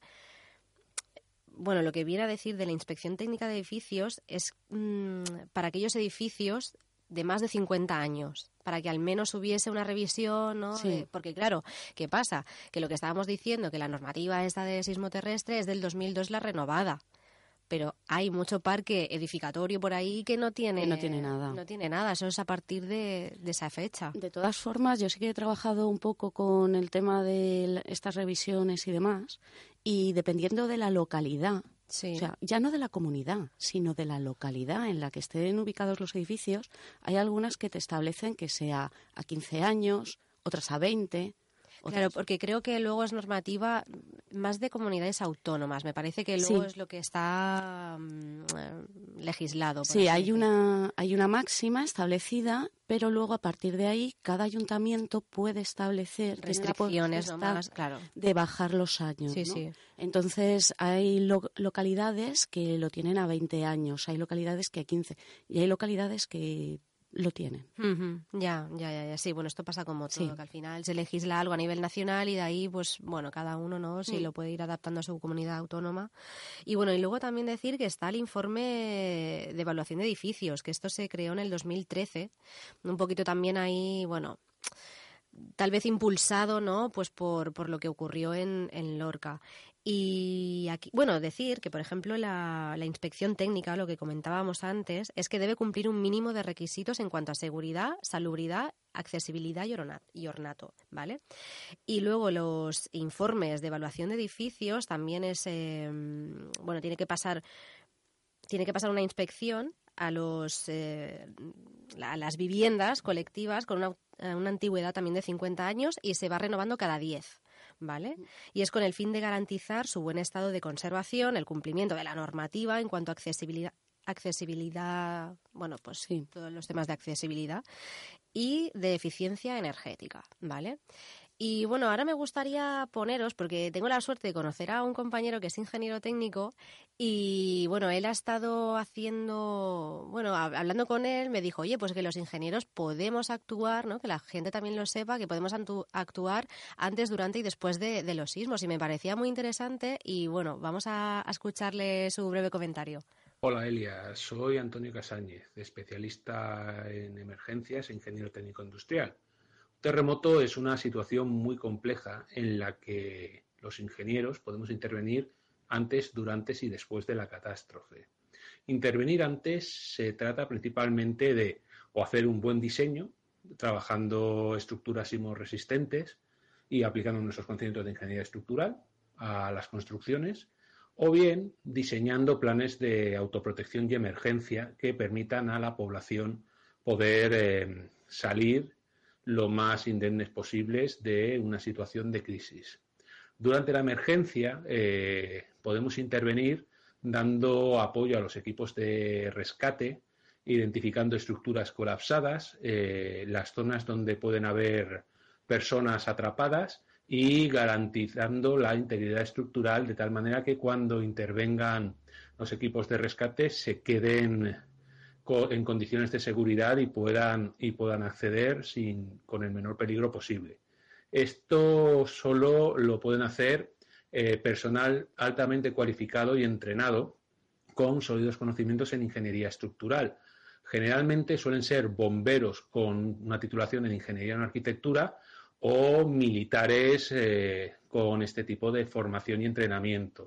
bueno, lo que viene a decir de la inspección técnica de edificios es mmm, para aquellos edificios de más de cincuenta años, para que al menos hubiese una revisión, ¿no? Sí. Eh, porque claro, ¿qué pasa? Que lo que estábamos diciendo, que la normativa esta de sismo terrestre es del dos mil dos la renovada, pero hay mucho parque edificatorio por ahí que no tiene, Que no tiene nada. No tiene nada, eso es a partir de, de esa fecha. De todas formas, yo sí que he trabajado un poco con el tema de la- estas revisiones y demás, y dependiendo de la localidad, Sí. o sea, ya no de la comunidad, sino de la localidad en la que estén ubicados los edificios, hay algunas que te establecen que sea a quince años, otras a veinte, Claro, porque creo que luego es normativa más de comunidades autónomas. Me parece que luego Sí. es lo que está um, legislado. por Sí, así hay decir. una, hay una máxima establecida, pero luego a partir de ahí cada ayuntamiento puede establecer tiene la Restricciones potestad nomás, claro. de bajar los años. Sí, ¿no? sí. Entonces hay lo- localidades que lo tienen a veinte años, hay localidades que a quince y hay localidades que lo tienen. Ujú, Ya, ya, ya, ya. Sí, bueno, esto pasa como todo, Sí. que al final se legisla algo a nivel nacional y de ahí, pues, bueno, cada uno, ¿no? Si Mm. lo puede ir adaptando a su comunidad autónoma. Y bueno, y luego también decir que está el informe de evaluación de edificios, que esto se creó en el dos mil trece, un poquito también ahí, bueno, tal vez impulsado, ¿no? Pues por, por lo que ocurrió en, en Lorca. Y aquí, bueno, decir que, por ejemplo, la, la inspección técnica, lo que comentábamos antes, es que debe cumplir un mínimo de requisitos en cuanto a seguridad, salubridad, accesibilidad y orna- y ornato, ¿vale? Y luego los informes de evaluación de edificios también es, eh, bueno, tiene que pasar, tiene que pasar una inspección a los eh, a las viviendas colectivas con una, una antigüedad también de cincuenta años y se va renovando cada diez. ¿Vale? Y es con el fin de garantizar su buen estado de conservación, el cumplimiento de la normativa en cuanto a accesibilidad, accesibilidad, bueno, pues Sí. todos los temas de accesibilidad y de eficiencia energética, ¿vale? Y bueno, ahora me gustaría poneros, porque tengo la suerte de conocer a un compañero que es ingeniero técnico y bueno, él ha estado haciendo, bueno, hab- hablando con él, me dijo, oye, pues que los ingenieros podemos actuar, ¿no? Que la gente también lo sepa, que podemos antu- actuar antes, durante y después de, de los sismos. Y me parecía muy interesante y bueno, vamos a, a escucharle su breve comentario. Hola Elia, soy Antonio Casáñez, especialista en emergencias e ingeniero técnico industrial. Un terremoto es una situación muy compleja en la que los ingenieros podemos intervenir antes, durante y después de la catástrofe. Intervenir antes se trata principalmente de o hacer un buen diseño, trabajando estructuras sismorresistentes y aplicando nuestros conocimientos de ingeniería estructural a las construcciones, o bien diseñando planes de autoprotección y emergencia que permitan a la población poder eh, salir lo más indemnes posibles de una situación de crisis. Durante la emergencia eh, podemos intervenir dando apoyo a los equipos de rescate, identificando estructuras colapsadas, eh, las zonas donde pueden haber personas atrapadas y garantizando la integridad estructural de tal manera que cuando intervengan los equipos de rescate se queden en condiciones de seguridad y puedan, y puedan acceder sin, con el menor peligro posible. Esto solo lo pueden hacer eh, personal altamente cualificado y entrenado con sólidos conocimientos en ingeniería estructural. Generalmente suelen ser bomberos con una titulación en ingeniería en arquitectura o militares eh, con este tipo de formación y entrenamiento.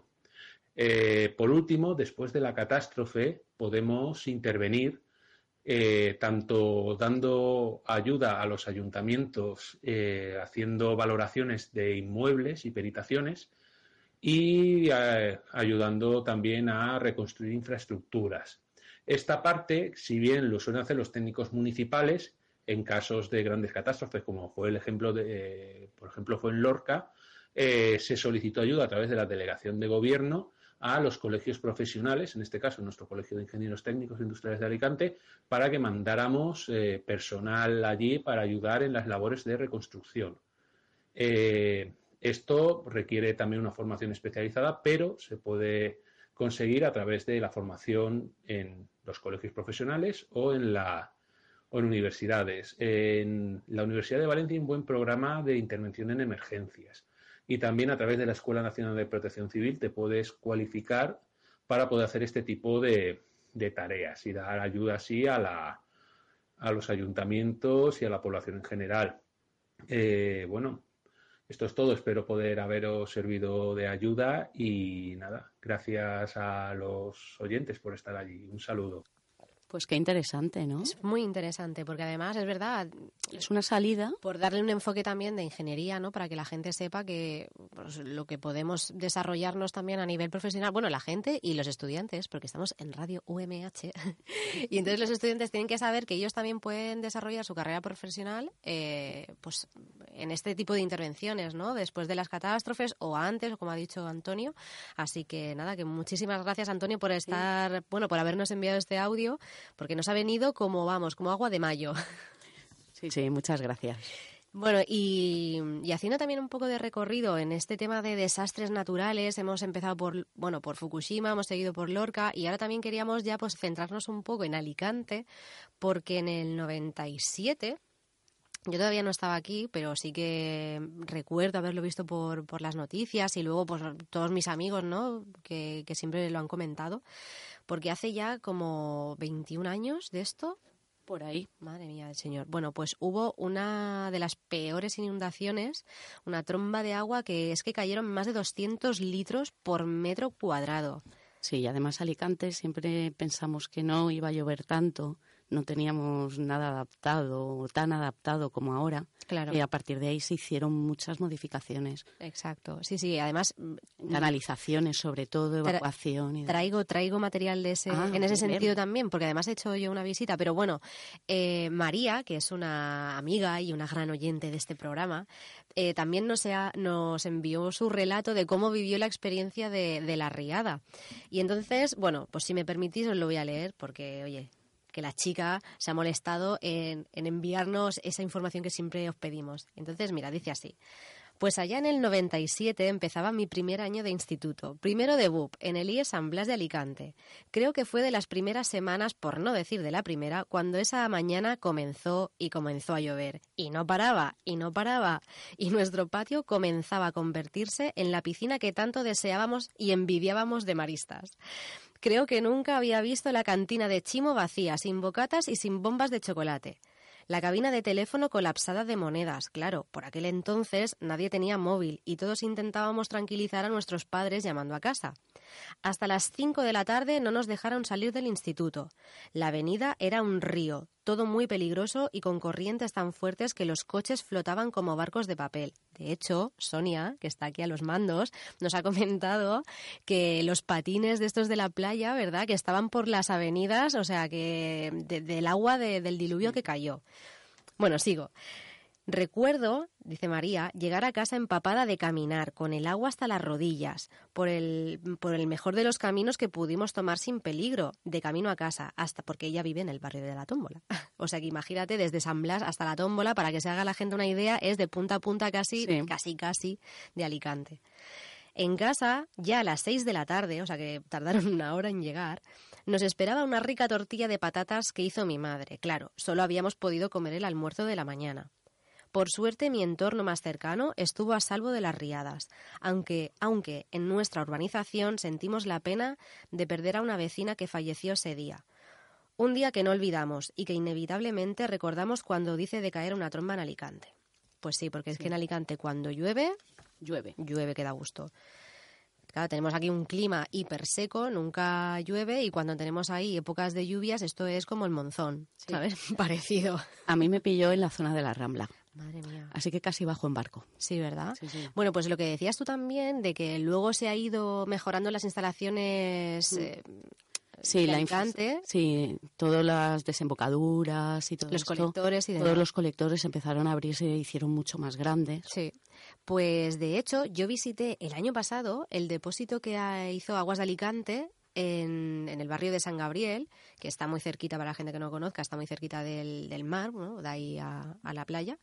Eh, por último, después de la catástrofe, podemos intervenir eh, tanto dando ayuda a los ayuntamientos, eh, haciendo valoraciones de inmuebles y peritaciones y eh, ayudando también a reconstruir infraestructuras. Esta parte, si bien lo suelen hacer los técnicos municipales, en casos de grandes catástrofes, como fue el ejemplo de, eh, por ejemplo, fue en Lorca, eh, se solicitó ayuda a través de la delegación de gobierno a los colegios profesionales, en este caso nuestro Colegio de Ingenieros Técnicos Industriales de Alicante, para que mandáramos eh, personal allí para ayudar en las labores de reconstrucción. Eh, esto requiere también una formación especializada, pero se puede conseguir a través de la formación en los colegios profesionales o en, la, o en universidades. En la Universidad de Valencia hay un buen programa de intervención en emergencias. Y también a través de la Escuela Nacional de Protección Civil te puedes cualificar para poder hacer este tipo de, de tareas y dar ayuda así a, la, a los ayuntamientos y a la población en general. Eh, bueno, esto es todo. Espero poder haberos servido de ayuda y nada, gracias a los oyentes por estar allí. Un saludo. Pues qué interesante, ¿no? Es muy interesante porque además es verdad, Es una salida. por darle un enfoque también de ingeniería, ¿no? Para que la gente sepa que pues, lo que podemos desarrollarnos también a nivel profesional, bueno, la gente y los estudiantes, porque estamos en Radio U M H, y entonces los estudiantes tienen que saber que ellos también pueden desarrollar su carrera profesional, eh, pues en este tipo de intervenciones, ¿no? Después de las catástrofes o antes, o como ha dicho Antonio. Así que nada, que muchísimas gracias, Antonio, por estar, sí. bueno, por habernos enviado este audio, porque nos ha venido como, vamos, como agua de mayo. Sí, sí, muchas gracias. Bueno, y, y haciendo también un poco de recorrido en este tema de desastres naturales, hemos empezado por, bueno, por Fukushima, hemos seguido por Lorca y ahora también queríamos ya pues centrarnos un poco en Alicante, porque en el noventa y siete, yo todavía no estaba aquí, pero sí que recuerdo haberlo visto por, por las noticias y luego pues todos mis amigos, ¿no?, que, que siempre lo han comentado, porque hace ya como veintiún años de esto. Por ahí. Madre mía del Señor. Bueno, pues hubo una de las peores inundaciones, una tromba de agua que es que cayeron más de doscientos litros por metro cuadrado. Sí, y además Alicante siempre pensamos que no iba a llover tanto, no teníamos nada adaptado, tan adaptado como ahora. Claro. Y a partir de ahí se hicieron muchas modificaciones. Exacto. Sí, sí, además... Canalizaciones, sobre todo, evacuación. Y traigo traigo material de ese, ah, en ese bien. sentido también, porque además he hecho yo una visita. Pero bueno, eh, María, que es una amiga y una gran oyente de este programa, eh, también nos, ha, nos envió su relato de cómo vivió la experiencia de, de la riada. Y entonces, bueno, pues si me permitís os lo voy a leer, porque, oye... que la chica se ha molestado en, en enviarnos esa información que siempre os pedimos. Entonces, mira, dice así. Pues allá en el noventa y siete empezaba mi primer año de instituto, primero de B U P, en el I E San Blas de Alicante. Creo que fue de las primeras semanas, por no decir de la primera, cuando esa mañana comenzó y comenzó a llover. Y no paraba, y no paraba. Y nuestro patio comenzaba a convertirse en la piscina que tanto deseábamos y envidiábamos de maristas. Creo que nunca había visto la cantina de Chimo vacía, sin bocatas y sin bombas de chocolate. La cabina de teléfono colapsada de monedas. Claro, por aquel entonces nadie tenía móvil y todos intentábamos tranquilizar a nuestros padres llamando a casa. Hasta las cinco de la tarde no nos dejaron salir del instituto. La avenida era un río, todo muy peligroso y con corrientes tan fuertes que los coches flotaban como barcos de papel. De hecho, Sonia, que está aquí a los mandos, nos ha comentado que los patines de estos de la playa, ¿verdad?, que estaban por las avenidas, o sea, que de, del agua de, del diluvio que cayó. Bueno, sigo. Recuerdo, dice María, llegar a casa empapada de caminar, con el agua hasta las rodillas, por el, por el mejor de los caminos que pudimos tomar sin peligro, de camino a casa, hasta porque ella vive en el barrio de la Tómbola. O sea que imagínate, desde San Blas hasta la Tómbola, para que se haga la gente una idea, es de punta a punta casi, sí. casi, casi de Alicante. En casa, ya a las seis de la tarde, o sea que tardaron una hora en llegar, nos esperaba una rica tortilla de patatas que hizo mi madre. Claro, solo habíamos podido comer el almuerzo de la mañana. Por suerte, mi entorno más cercano estuvo a salvo de las riadas, aunque, aunque en nuestra urbanización sentimos la pena de perder a una vecina que falleció ese día. Un día que no olvidamos y que inevitablemente recordamos cuando dice de caer una tromba en Alicante. Pues sí, porque es sí. que en Alicante cuando llueve, llueve, llueve que da gusto. Claro, tenemos aquí un clima hiper seco, nunca llueve y cuando tenemos ahí épocas de lluvias esto es como el monzón, sí. ¿sabes? Parecido. A mí me pilló en la zona de la Rambla. Madre mía. Así que casi bajo en barco. Sí, ¿verdad? Sí, sí. Bueno, pues lo que decías tú también, de que luego se ha ido mejorando las instalaciones eh, sí, de la Alicante. Sí, todas las desembocaduras y todo los esto, colectores y demás. Todos los colectores empezaron a abrirse y se hicieron mucho más grandes. Sí. Pues de hecho, yo visité el año pasado el depósito que hizo Aguas de Alicante en, en el barrio de San Gabriel, que está muy cerquita, para la gente que no conozca, está muy cerquita del, del mar, ¿no?, de ahí a, a la playa.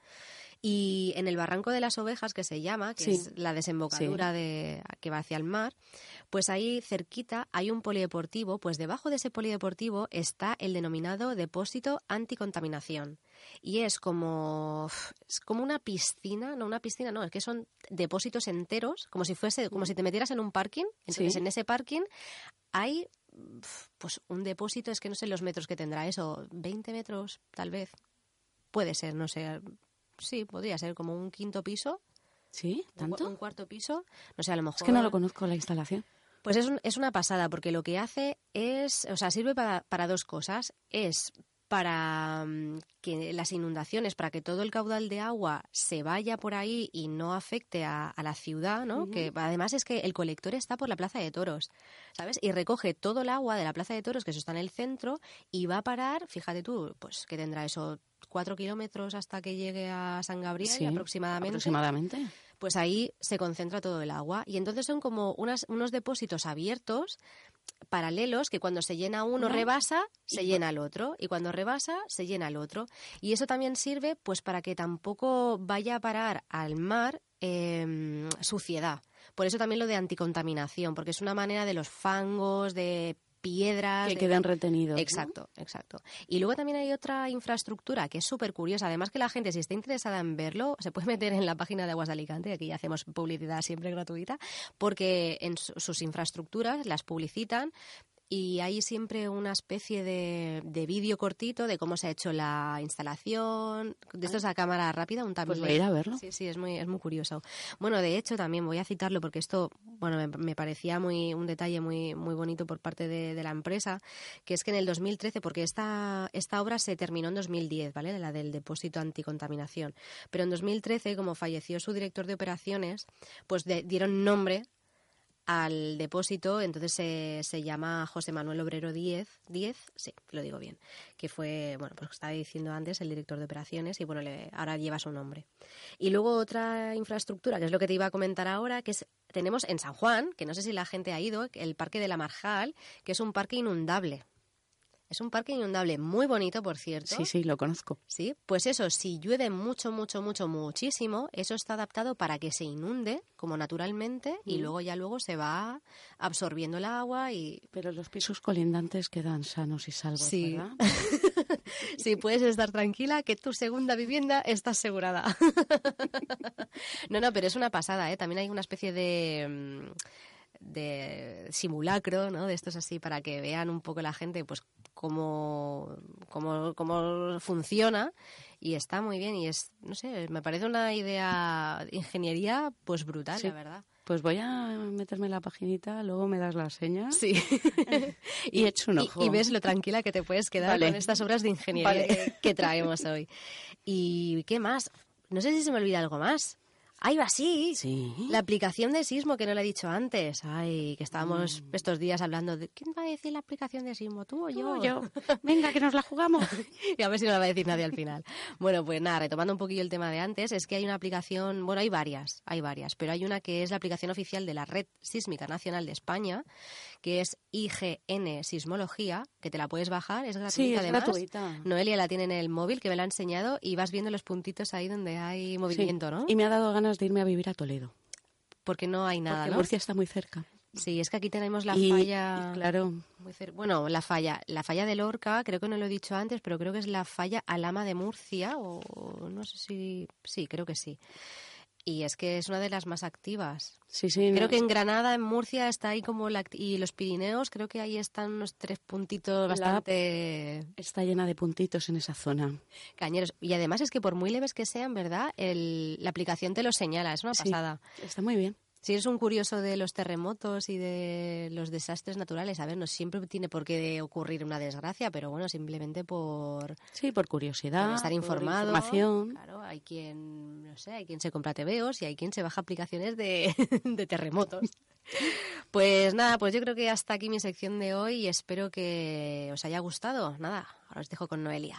Y en el Barranco de las Ovejas, que se llama, que sí. es la desembocadura sí. de, que va hacia el mar, pues ahí cerquita hay un polideportivo, pues debajo de ese polideportivo está el denominado depósito anticontaminación. Y es como, es como una piscina, no una piscina, no, es que son depósitos enteros, como si fuese, como si te metieras en un parking. Entonces sí. en ese parking hay pues un depósito, es que no sé los metros que tendrá eso, veinte metros tal vez, puede ser, no sé. Sí, podría ser como un quinto piso. ¿Sí? ¿Tanto? Un, un cuarto piso. No sé, a lo mejor... Es que no lo conozco la instalación. Pues es, un, es una pasada, porque lo que hace es... O sea, sirve para, para dos cosas. Es para que las inundaciones, para que todo el caudal de agua se vaya por ahí y no afecte a, a la ciudad, ¿no? Uh-huh. Que además es que el colector está por la Plaza de Toros, ¿sabes? Y recoge todo el agua de la Plaza de Toros, que eso está en el centro, y va a parar, fíjate tú, pues que tendrá eso, cuatro kilómetros hasta que llegue a San Gabriel, sí, aproximadamente. aproximadamente. Pues ahí se concentra todo el agua. Y entonces son como unas, unos depósitos abiertos, paralelos, que cuando se llena uno, ¿no? rebasa, se y llena el otro, y cuando rebasa, se llena el otro. Y eso también sirve pues para que tampoco vaya a parar al mar eh, suciedad. Por eso también lo de anticontaminación, porque es una manera de los fangos, de piedras... Que de... queden retenidos. Exacto, ¿no? Exacto. Y luego también hay otra infraestructura que es súper curiosa. Además que la gente, si está interesada en verlo, se puede meter en la página de Aguas de Alicante, aquí ya hacemos publicidad siempre gratuita, porque en sus infraestructuras las publicitan y hay siempre una especie de, de vídeo cortito de cómo se ha hecho la instalación, de esto es a cámara rápida, un Pues voy a ir a verlo. Sí, sí, es muy, es muy curioso. Bueno, de hecho también voy a citarlo porque esto, bueno, me, me parecía muy un detalle muy, muy bonito por parte de, de la empresa, que es que en el dos mil trece, porque esta, esta obra se terminó en dos mil diez, ¿vale? La del depósito anticontaminación. Pero en dos mil trece, como falleció su director de operaciones, pues de, dieron nombre al depósito, entonces se, se llama José Manuel Obrero Díez, Díez, sí, lo digo bien, que fue, bueno, pues estaba diciendo antes, el director de operaciones y bueno, le, ahora lleva su nombre. Y luego otra infraestructura, que es lo que te iba a comentar ahora, que es, tenemos en San Juan, que no sé si la gente ha ido, el Parque de la Marjal, que es un parque inundable. Es un parque inundable muy bonito, por cierto. Sí, sí, lo conozco. Sí, pues eso, si llueve mucho, mucho, mucho, muchísimo, eso está adaptado para que se inunde, como naturalmente, mm. y luego ya luego se va absorbiendo el agua y... Pero los pisos colindantes quedan sanos y salvos, sí. ¿verdad? Sí, puedes estar tranquila que tu segunda vivienda está asegurada. No, no, pero es una pasada, ¿eh? También hay una especie de... de simulacro, ¿no? De estos así para que vean un poco la gente pues cómo, cómo, cómo funciona y está muy bien y es, no sé, me parece una idea de ingeniería pues brutal, sí. La verdad. Pues voy a meterme en la paginita, luego me das la seña. Sí. y, y echo un ojo. Y, y ves lo tranquila que te puedes quedar vale. Con estas obras de ingeniería vale. que, que traemos hoy. ¿Y qué más? No sé si se me olvida algo más. ¡Ay, va, sí! Sí. La aplicación de Sismo, que no la he dicho antes. Ay, que estábamos mm. estos días hablando de... ¿Quién va a decir la aplicación de Sismo? ¿Tú o yo? yo. Venga, que nos la jugamos. Y a ver si no la va a decir nadie al final. Bueno, pues nada, retomando un poquillo el tema de antes, es que hay una aplicación... Bueno, hay varias, hay varias, pero hay una que es la aplicación oficial de la Red Sísmica Nacional de España, que es I G N Sismología, que te la puedes bajar, es gratuita sí, es además. gratuita. Noelia la tiene en el móvil, que me la ha enseñado, y vas viendo los puntitos ahí donde hay movimiento, sí. ¿no? Y me ha dado ganas de irme a vivir a Toledo. Porque no hay nada, Porque ¿no? Murcia está muy cerca. Sí, es que aquí tenemos la y, falla... Y claro. Muy cer- bueno, la falla la falla de Lorca, creo que no lo he dicho antes, pero creo que es la falla Alhama de Murcia, o no sé si... Sí, creo que sí. Y es que es una de las más activas. Sí, sí. Creo no. que en Granada, en Murcia, está ahí como la... Y los Pirineos, creo que ahí están unos tres puntitos bastante... La está llena de puntitos en esa zona. Cañeros. Y además es que por muy leves que sean, ¿verdad? El, la aplicación te lo señala, es una pasada. Sí, está muy bien. Si eres un curioso de los terremotos y de los desastres naturales, a ver, no siempre tiene por qué ocurrir una desgracia, pero bueno, simplemente por... Sí, por curiosidad, por estar informado. Por información. Claro, hay quien, no sé, hay quien se compra tebeos y hay quien se baja aplicaciones de, de terremotos. Pues nada, pues yo creo que hasta aquí mi sección de hoy y espero que os haya gustado. Nada, ahora os dejo con Noelia.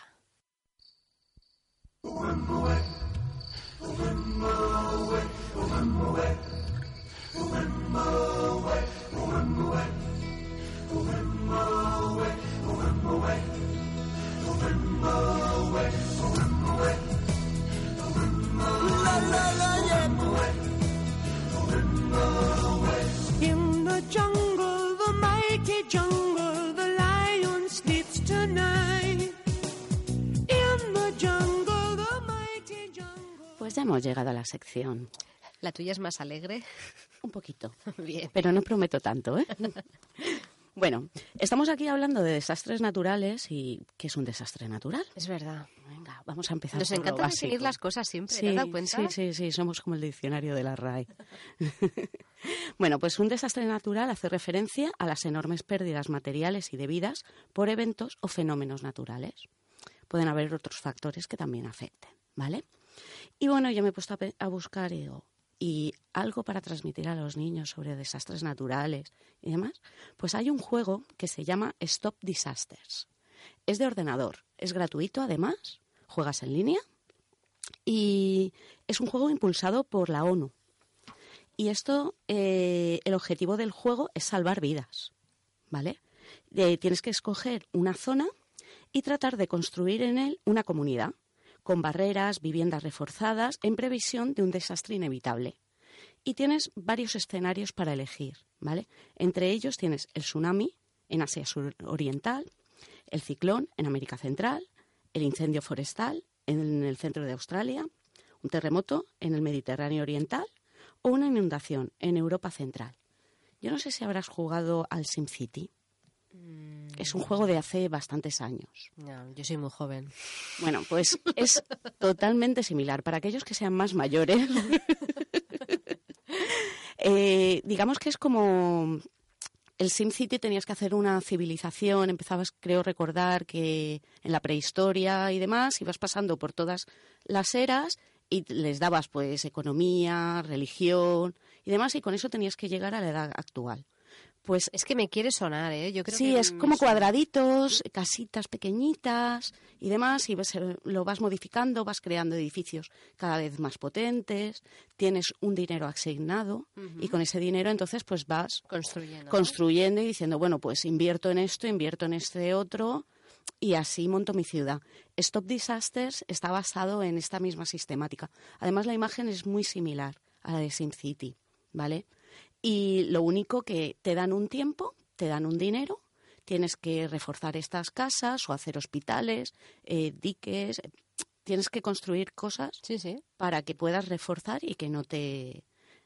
In the jungle, the mighty jungle, the lion sleeps tonight. In the jungle, the mighty jungle. Pues ya hemos llegado a la sección. ¿La tuya es más alegre? Un poquito. Bien. Pero no prometo tanto, ¿eh? Bueno, estamos aquí hablando de desastres naturales y ¿qué es un desastre natural? Es verdad. Venga, vamos a empezar. Nos por encanta lo básico. definir las cosas siempre, sí, ¿te has dado cuenta? Sí, sí, sí, somos como el diccionario de la R A E. Bueno, pues un desastre natural hace referencia a las enormes pérdidas materiales y de vidas por eventos o fenómenos naturales. pueden haber otros factores que también afecten, ¿vale? Y bueno, yo me he puesto a, pe- a buscar y digo, ¿y algo para transmitir a los niños sobre desastres naturales y demás? Pues hay un juego que se llama Stop Disasters. Es de ordenador, es gratuito además, juegas en línea y es un juego impulsado por la ONU. Y esto, eh, el objetivo del juego es salvar vidas, ¿vale? Eh, tienes que escoger una zona y tratar de construir en él una comunidad con barreras, viviendas reforzadas, en previsión de un desastre inevitable. Y tienes varios escenarios para elegir, ¿vale? Entre ellos tienes el tsunami en Asia Oriental, el ciclón en América Central, el incendio forestal en el centro de Australia, un terremoto en el Mediterráneo Oriental o una inundación en Europa Central. Yo no sé si habrás jugado al SimCity. Mm. Es un juego de hace bastantes años. No, yo soy muy joven. Bueno, pues es totalmente similar. Para aquellos que sean más mayores, eh, digamos que es como... El SimCity tenías que hacer una civilización, empezabas, creo recordar, que en la prehistoria y demás, ibas pasando por todas las eras y les dabas pues economía, religión y demás, y con eso tenías que llegar a la edad actual. Pues es que me quiere sonar, ¿eh? Yo creo sí, que es como cuadraditos, casitas pequeñitas y demás, y vas, lo vas modificando, vas creando edificios cada vez más potentes, tienes un dinero asignado uh-huh. y con ese dinero entonces pues vas construyendo, construyendo y diciendo, bueno, pues invierto en esto, invierto en este otro y así monto mi ciudad. Stop Disasters está basado en esta misma sistemática. Además, la imagen es muy similar a la de SimCity, ¿vale? Y lo único que te dan un tiempo, te dan un dinero, tienes que reforzar estas casas o hacer hospitales, eh, diques, tienes que construir cosas sí, sí. para que puedas reforzar y que no te...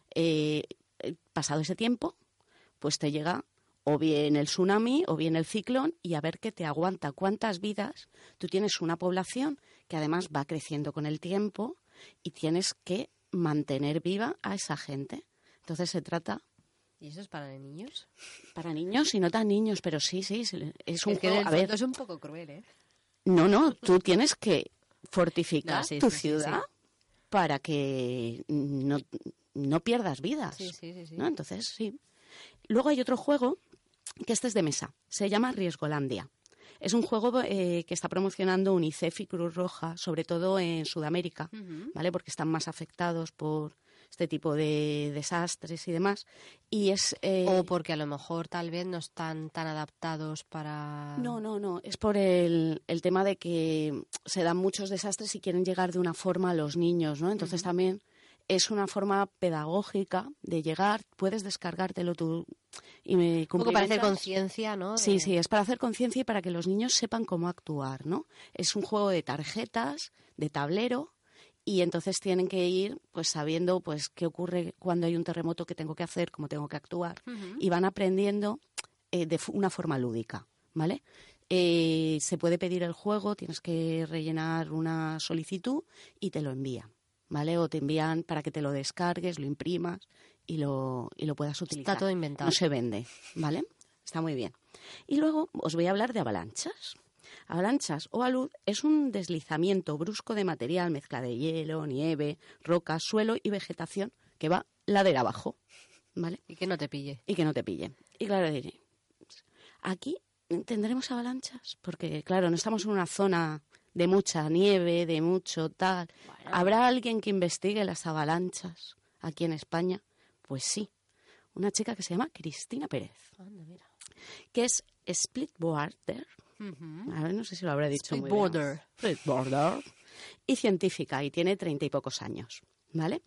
Eh, pasado ese tiempo, pues te llega o bien el tsunami o bien el ciclón y a ver qué te aguanta, cuántas vidas. Tú tienes una población que además va creciendo con el tiempo y tienes que mantener viva a esa gente. Entonces se trata... ¿Y eso es para niños? Para niños y no tan niños, pero sí, sí, es un es que juego... A ver, es un poco cruel, ¿eh? No, no, tú tienes que fortificar no, sí, tu sí, ciudad sí, sí. para que no, no pierdas vidas, sí, sí, sí, sí. ¿no? Entonces, sí. Luego hay otro juego, que este es de mesa, se llama Riesgolandia. Es un juego eh, que está promocionando UNICEF y Cruz Roja, sobre todo en Sudamérica, uh-huh. ¿vale? Porque están más afectados por este tipo de desastres y demás. Y es eh... O porque a lo mejor tal vez no están tan adaptados para... No, no, no. Es por el, el tema de que se dan muchos desastres y quieren llegar de una forma a los niños, ¿no? Entonces uh-huh. también es una forma pedagógica de llegar. Puedes descargártelo tú y me Un poco para hacer conciencia, ¿no? De... Sí, sí, es para hacer conciencia y para que los niños sepan cómo actuar, ¿no? Es un juego de tarjetas, de tablero, y entonces tienen que ir pues sabiendo pues qué ocurre cuando hay un terremoto, qué tengo que hacer, cómo tengo que actuar, uh-huh. y van aprendiendo eh, de f- una forma lúdica, ¿vale? Eh, se puede pedir el juego, tienes que rellenar una solicitud y te lo envían, ¿vale? O te envían para que te lo descargues, lo imprimas y lo, y lo puedas utilizar. Está todo inventado. No se vende, ¿vale? Está muy bien. Y luego os voy a hablar de avalanchas. Avalanchas o alud es un deslizamiento brusco de material, mezcla de hielo, nieve, rocas, suelo y vegetación que va ladera abajo, ¿vale? Y que no te pille. Y que no te pille. Y claro, diré, aquí tendremos avalanchas, porque claro, no estamos en una zona de mucha nieve, de mucho tal. Bueno. ¿Habrá alguien que investigue las avalanchas aquí en España? Pues sí. Una chica que se llama Cristina Pérez, Anda, mira. que es splitboarder. Uh-huh. A ver, no sé si lo habré dicho muy bien. Splitboarder. Splitboarder. Y científica, y tiene treinta y pocos años, ¿vale?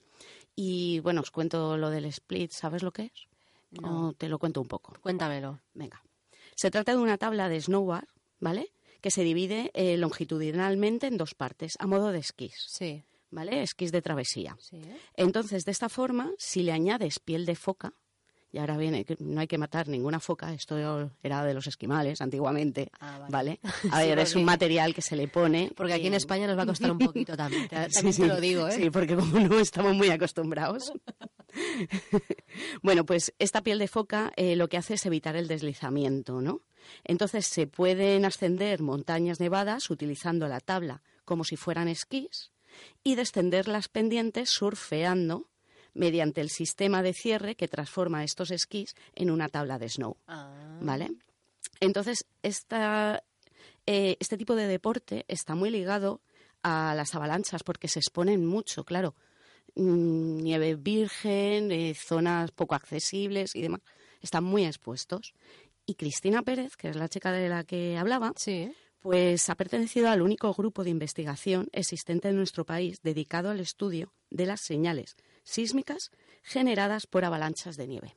Y bueno, os cuento lo del split, ¿sabes lo que es? No. O te lo cuento un poco. Cuéntamelo. Venga. Se trata de una tabla de snowboard, ¿vale? Que se divide eh, longitudinalmente en dos partes, a modo de esquís. Sí. ¿Vale? Esquís de travesía. Sí. Entonces, de esta forma, si le añades piel de foca, y ahora viene, no hay que matar ninguna foca, esto era de los esquimales antiguamente, ah, vale. ¿vale? A ver, Sí, porque... es un material que se le pone... Porque aquí en España nos va a costar un poquito también, también sí, sí, te lo digo, ¿eh? Sí, porque como no estamos muy acostumbrados. Bueno, pues esta piel de foca eh, lo que hace es evitar el deslizamiento, ¿no? Entonces se pueden ascender montañas nevadas utilizando la tabla como si fueran esquís y descender las pendientes surfeando mediante el sistema de cierre que transforma estos esquís en una tabla de snow. Ah. ¿Vale? Entonces, esta, eh, este tipo de deporte está muy ligado a las avalanchas porque se exponen mucho, claro. Mm, nieve virgen, eh, zonas poco accesibles y demás. Están muy expuestos. Y Cristina Pérez, que es la chica de la que hablaba, Sí. pues ha pertenecido al único grupo de investigación existente en nuestro país dedicado al estudio de las señales sísmicas generadas por avalanchas de nieve.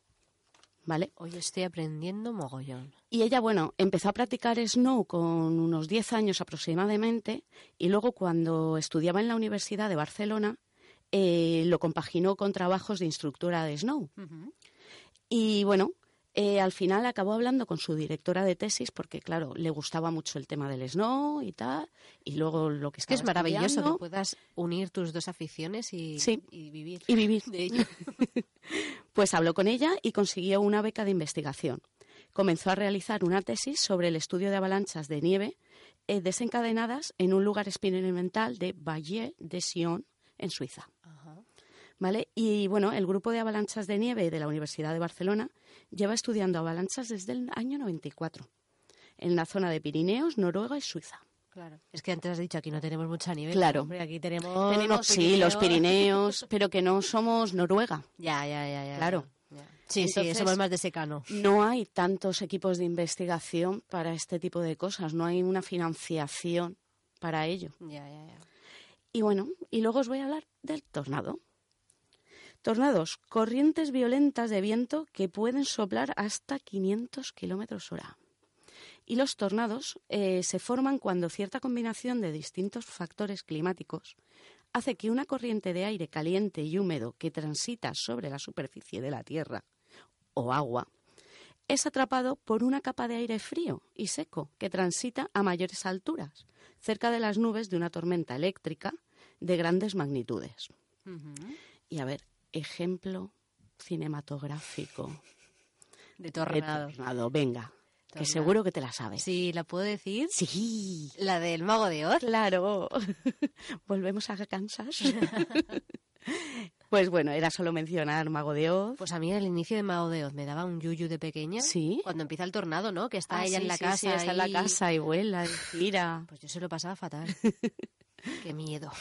¿Vale? Hoy estoy aprendiendo mogollón. Y ella, bueno, empezó a practicar snow con unos diez años aproximadamente y luego cuando estudiaba en la Universidad de Barcelona eh, lo compaginó con trabajos de instructora de snow. Uh-huh. Y bueno, eh, al final acabó hablando con su directora de tesis porque, claro, le gustaba mucho el tema del snow y tal. Y luego lo que Es que es estaba maravilloso estudiando. que puedas unir tus dos aficiones y, Sí. y vivir Y vivir. de ello. Pues habló con ella y consiguió una beca de investigación. Comenzó a realizar una tesis sobre el estudio de avalanchas de nieve eh, desencadenadas en un lugar experimental de Valle de Sion, en Suiza. Ajá. ¿Vale? Y bueno, el grupo de avalanchas de nieve de la Universidad de Barcelona lleva estudiando avalanchas desde el año noventa y cuatro, en la zona de Pirineos, Noruega y Suiza. Claro. Es que antes has dicho aquí no tenemos mucha nieve. Claro. Hombre, aquí tenemos. Tenemos, los sí, los Pirineos. Pirineos, pero que no somos Noruega. Ya, ya, ya, ya. Claro. ya. Sí, Entonces, sí, somos más de secano. No hay tantos equipos de investigación para este tipo de cosas, no hay una financiación para ello. Ya, ya, ya. Y bueno, y luego os voy a hablar del tornado. Tornados, corrientes violentas de viento que pueden soplar hasta quinientos kilómetros hora. Y los tornados eh, se forman cuando cierta combinación de distintos factores climáticos hace que una corriente de aire caliente y húmedo que transita sobre la superficie de la Tierra o agua es atrapado por una capa de aire frío y seco que transita a mayores alturas, cerca de las nubes de una tormenta eléctrica de grandes magnitudes. Uh-huh. Y a ver, ejemplo cinematográfico De tornado. de tornado. Venga, que Tornado. seguro que te la sabes. Sí, ¿la puedo decir? Sí, La del Mago de Oz. claro. Volvemos a Kansas. Pues bueno, era solo mencionar Mago de Oz. Pues a mí al inicio de Mago de Oz me daba un yuyu de pequeña. Sí. Cuando empieza el tornado, ¿no? Que está Ah, ella sí, en la sí, casa. sí, está en la ahí. casa y vuela y gira. Pues yo se lo pasaba fatal. Qué miedo.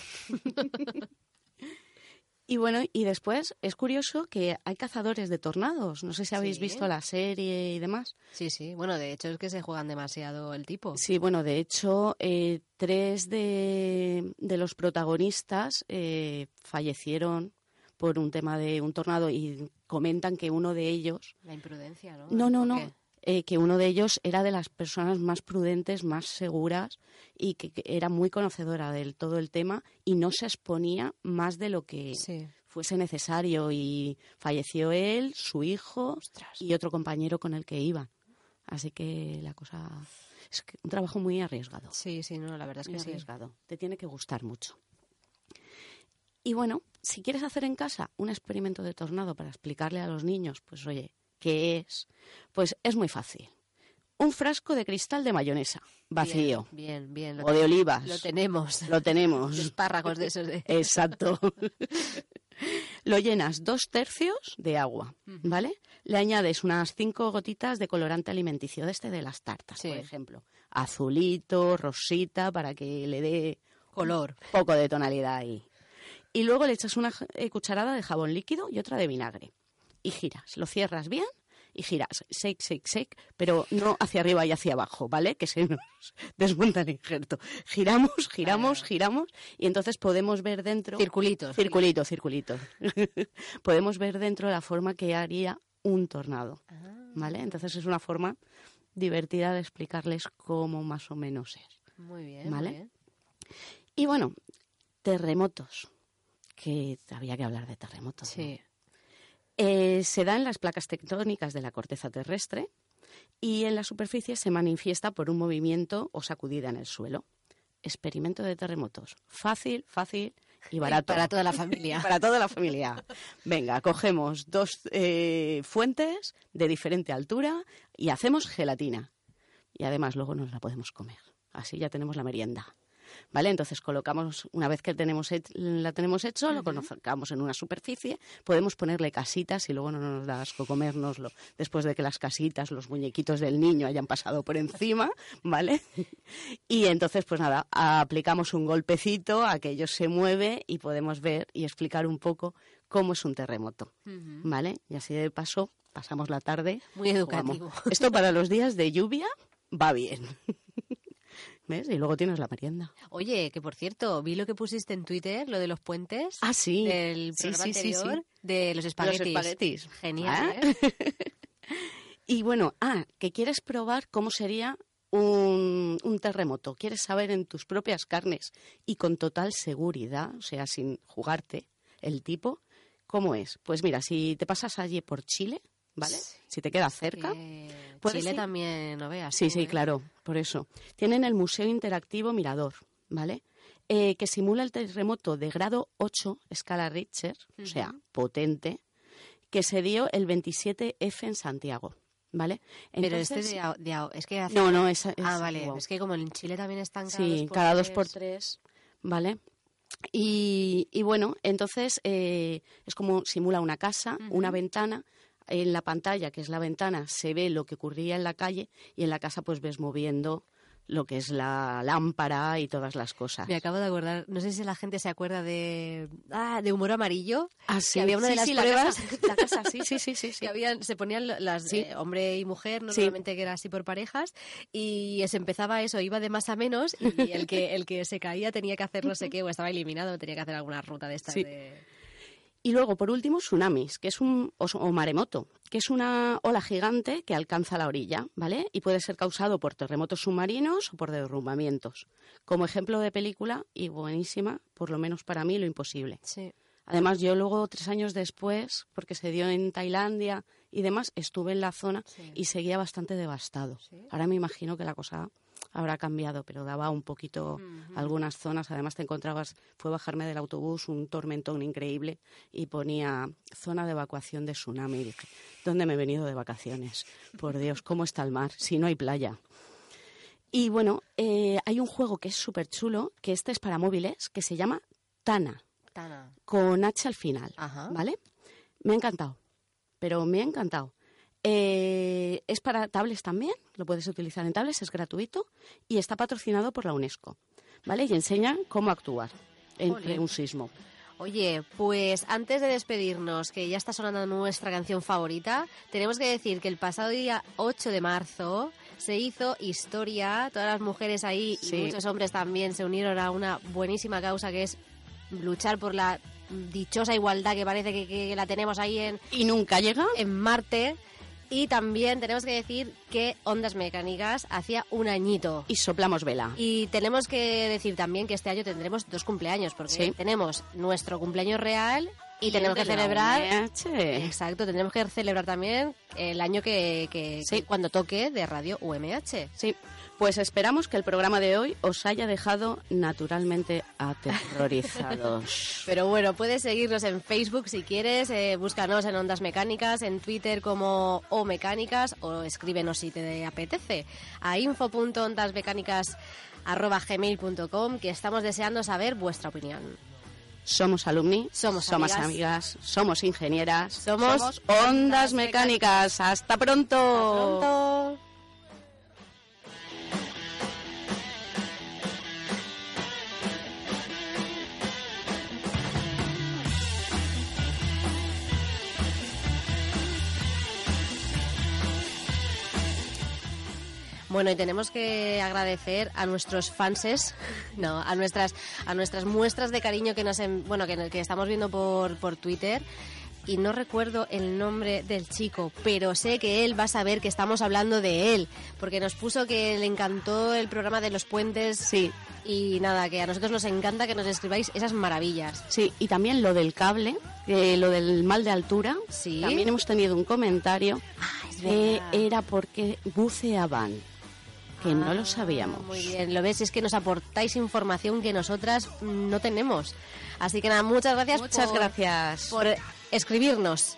Y bueno, y después es curioso que hay cazadores de tornados. No sé si habéis Sí. visto la serie y demás. Sí, sí. Bueno, de hecho es que se juegan demasiado el tipo. Sí, bueno, de hecho, eh, tres de, de los protagonistas eh, fallecieron por un tema de un tornado y comentan que uno de ellos, La imprudencia, ¿no? no, no, ¿Por no, qué? eh, que uno de ellos era de las personas más prudentes, más seguras y que, que era muy conocedora de todo el tema y no se exponía más de lo que Sí. fuese necesario y falleció él, su hijo Ostras. y otro compañero con el que iba. Así que la cosa es que un trabajo muy arriesgado. Sí, sí, no, la verdad es Muy que sí. arriesgado. Te tiene que gustar mucho. Y bueno, si quieres hacer en casa un experimento de tornado para explicarle a los niños, pues oye, ¿qué es? Pues es muy fácil. Un frasco de cristal de mayonesa, vacío, Bien, bien. bien. Lo, o de olivas. lo tenemos. Lo tenemos. Espárragos de esos de... Exacto. Lo llenas dos tercios de agua, ¿vale? Le añades unas cinco gotitas de colorante alimenticio, de este de las tartas, Sí. por ejemplo. Azulito, rosita, para que le dé Color. un poco de tonalidad ahí. Y luego le echas una eh, cucharada de jabón líquido y otra de vinagre. Y giras, lo cierras bien y giras, shake, shake, shake, pero no hacia arriba y hacia abajo, ¿vale? Que se nos desmonta el injerto. Giramos, giramos, Claro. giramos y entonces podemos ver dentro... Circulitos. Circulito, circulito. Podemos ver dentro la forma que haría un tornado, Ah, ¿vale? Entonces es una forma divertida de explicarles cómo más o menos es. muy bien, ¿Vale? muy bien. Y bueno, terremotos, que había que hablar de terremotos. ¿no? Sí. Eh, se da en las placas tectónicas de la corteza terrestre y en la superficie se manifiesta por un movimiento o sacudida en el suelo. Experimento de terremotos. Fácil, fácil y barato. Y para toda la familia. Para toda la familia. Venga, cogemos dos eh, fuentes de diferente altura y hacemos gelatina. Y además luego nos la podemos comer. Así ya tenemos la merienda. ¿Vale? Entonces colocamos, una vez que tenemos he- la tenemos hecho, uh-huh. lo colocamos en una superficie, podemos ponerle casitas y luego no nos da asco comérnoslo después de que las casitas, los muñequitos del niño hayan pasado por encima, ¿vale? Y entonces, pues nada, aplicamos un golpecito, aquello se mueve y podemos ver y explicar un poco cómo es un terremoto, uh-huh. ¿vale? Y así de paso pasamos la tarde. Muy educativo. Jugamos. Esto para los días de lluvia va bien. ¿Ves? Y luego tienes la merienda. Oye, que por cierto, vi lo que pusiste en Twitter, lo de los puentes. Ah, sí. Del sí, programa sí, sí, anterior, sí. de los espaguetis. Los espaguetis. Genial, ¿Ah? ¿eh? Y bueno, ah, que quieres probar cómo sería un, un terremoto. Quieres saber en tus propias carnes y con total seguridad, o sea, sin jugarte el tipo, ¿cómo es? Pues mira, si te pasas allí por Chile, ¿vale? Si te queda cerca. Eh, ir? Chile también, no veas. Sí, tú, sí, ¿eh? claro, por eso. Tienen el Museo Interactivo Mirador, ¿vale? Eh, que simula el terremoto de grado ocho, escala Richter, uh-huh. o sea, potente, que se dio el veintisiete F en Santiago, ¿vale? Entonces, Pero este de, de, es que hace... No, no, es, es Ah, vale, wow. es que como en Chile también están cada sí, dos por cada tres. dos por tres, ¿vale? Y, y bueno, entonces eh, es como simula una casa, uh-huh. una ventana. En la pantalla, que es la ventana, se ve lo que ocurría en la calle y en la casa pues ves moviendo lo que es la lámpara y todas las cosas. Me acabo de acordar, no sé si la gente se acuerda de ah, de Humor Amarillo. Ah, sí. Que había una sí, de las sí, pruebas. La casa, la casa, sí, sí, sí, sí, sí. Que habían, se ponían las sí. eh, hombre y mujer, sí. normalmente que era así por parejas, y se empezaba eso, iba de más a menos, y el que el que se caía tenía que hacer no sé qué, o estaba eliminado, tenía que hacer alguna ruta de estas sí. de... Y luego, por último, tsunamis, que es un, o, o maremoto, que es una ola gigante que alcanza la orilla, ¿vale? Y puede ser causado por terremotos submarinos o por derrumbamientos. Como ejemplo de película, y buenísima, por lo menos para mí, Lo Imposible. Sí. Además, yo luego, tres años después, porque se dio en Tailandia y demás, estuve en la zona sí. y seguía bastante devastado. ¿Sí? Ahora me imagino que la cosa habrá cambiado, pero daba un poquito uh-huh. algunas zonas. Además te encontrabas, fue bajarme del autobús, un tormentón increíble y ponía zona de evacuación de tsunami. Y dije, ¿dónde me he venido de vacaciones? Por Dios, ¿cómo está el mar? Si no hay playa. Y bueno, eh, hay un juego que es súper chulo, que este es para móviles, que se llama Tana. Tana. Con H al final, Ajá. ¿vale? Me ha encantado, pero me ha encantado. Eh, es para tablets también, lo puedes utilizar en tablets, es gratuito y está patrocinado por la UNESCO, ¿vale? Y enseña cómo actuar entre Olé. un sismo. Oye, pues antes de despedirnos, que ya está sonando nuestra canción favorita, tenemos que decir que el pasado día ocho de marzo se hizo historia, todas las mujeres ahí sí. y muchos hombres también se unieron a una buenísima causa que es luchar por la dichosa igualdad que parece que, que la tenemos ahí en... ¿Y nunca llega? En Marte. Y también tenemos que decir que Ondas Mecánicas hacía un añito. Y soplamos vela. Y tenemos que decir también que este año tendremos dos cumpleaños, porque sí. tenemos nuestro cumpleaños real y, y tenemos que celebrar... U M H. Exacto, tendremos que celebrar también el año que, que, sí. que cuando toque de Radio U M H. Sí. Pues esperamos que el programa de hoy os haya dejado naturalmente aterrorizados. Pero bueno, puedes seguirnos en Facebook si quieres, eh, búscanos en Ondas Mecánicas, en Twitter como O Mecánicas o escríbenos si te apetece a info punto ondasmecánicas arroba gmail punto com, que estamos deseando saber vuestra opinión. Somos alumni, somos, somos amigas. amigas, somos ingenieras, somos, somos Ondas Mecánicas. ¡Hasta pronto! ¡Hasta pronto! Bueno, y tenemos que agradecer a nuestros fanses, no, a nuestras a nuestras muestras de cariño que nos en, bueno que, que estamos viendo por por Twitter. Y no recuerdo el nombre del chico, pero sé que él va a saber que estamos hablando de él, porque nos puso que le encantó el programa de los puentes. Sí. Y nada, que a nosotros nos encanta que nos escribáis esas maravillas. Sí, y también lo del cable, eh, lo del mal de altura. Sí. También hemos tenido un comentario ah, es que era porque buceaban. que no lo sabíamos. Muy bien, lo ves, es que nos aportáis información que nosotras no tenemos. Así que nada, muchas gracias. Muchas por, gracias por escribirnos.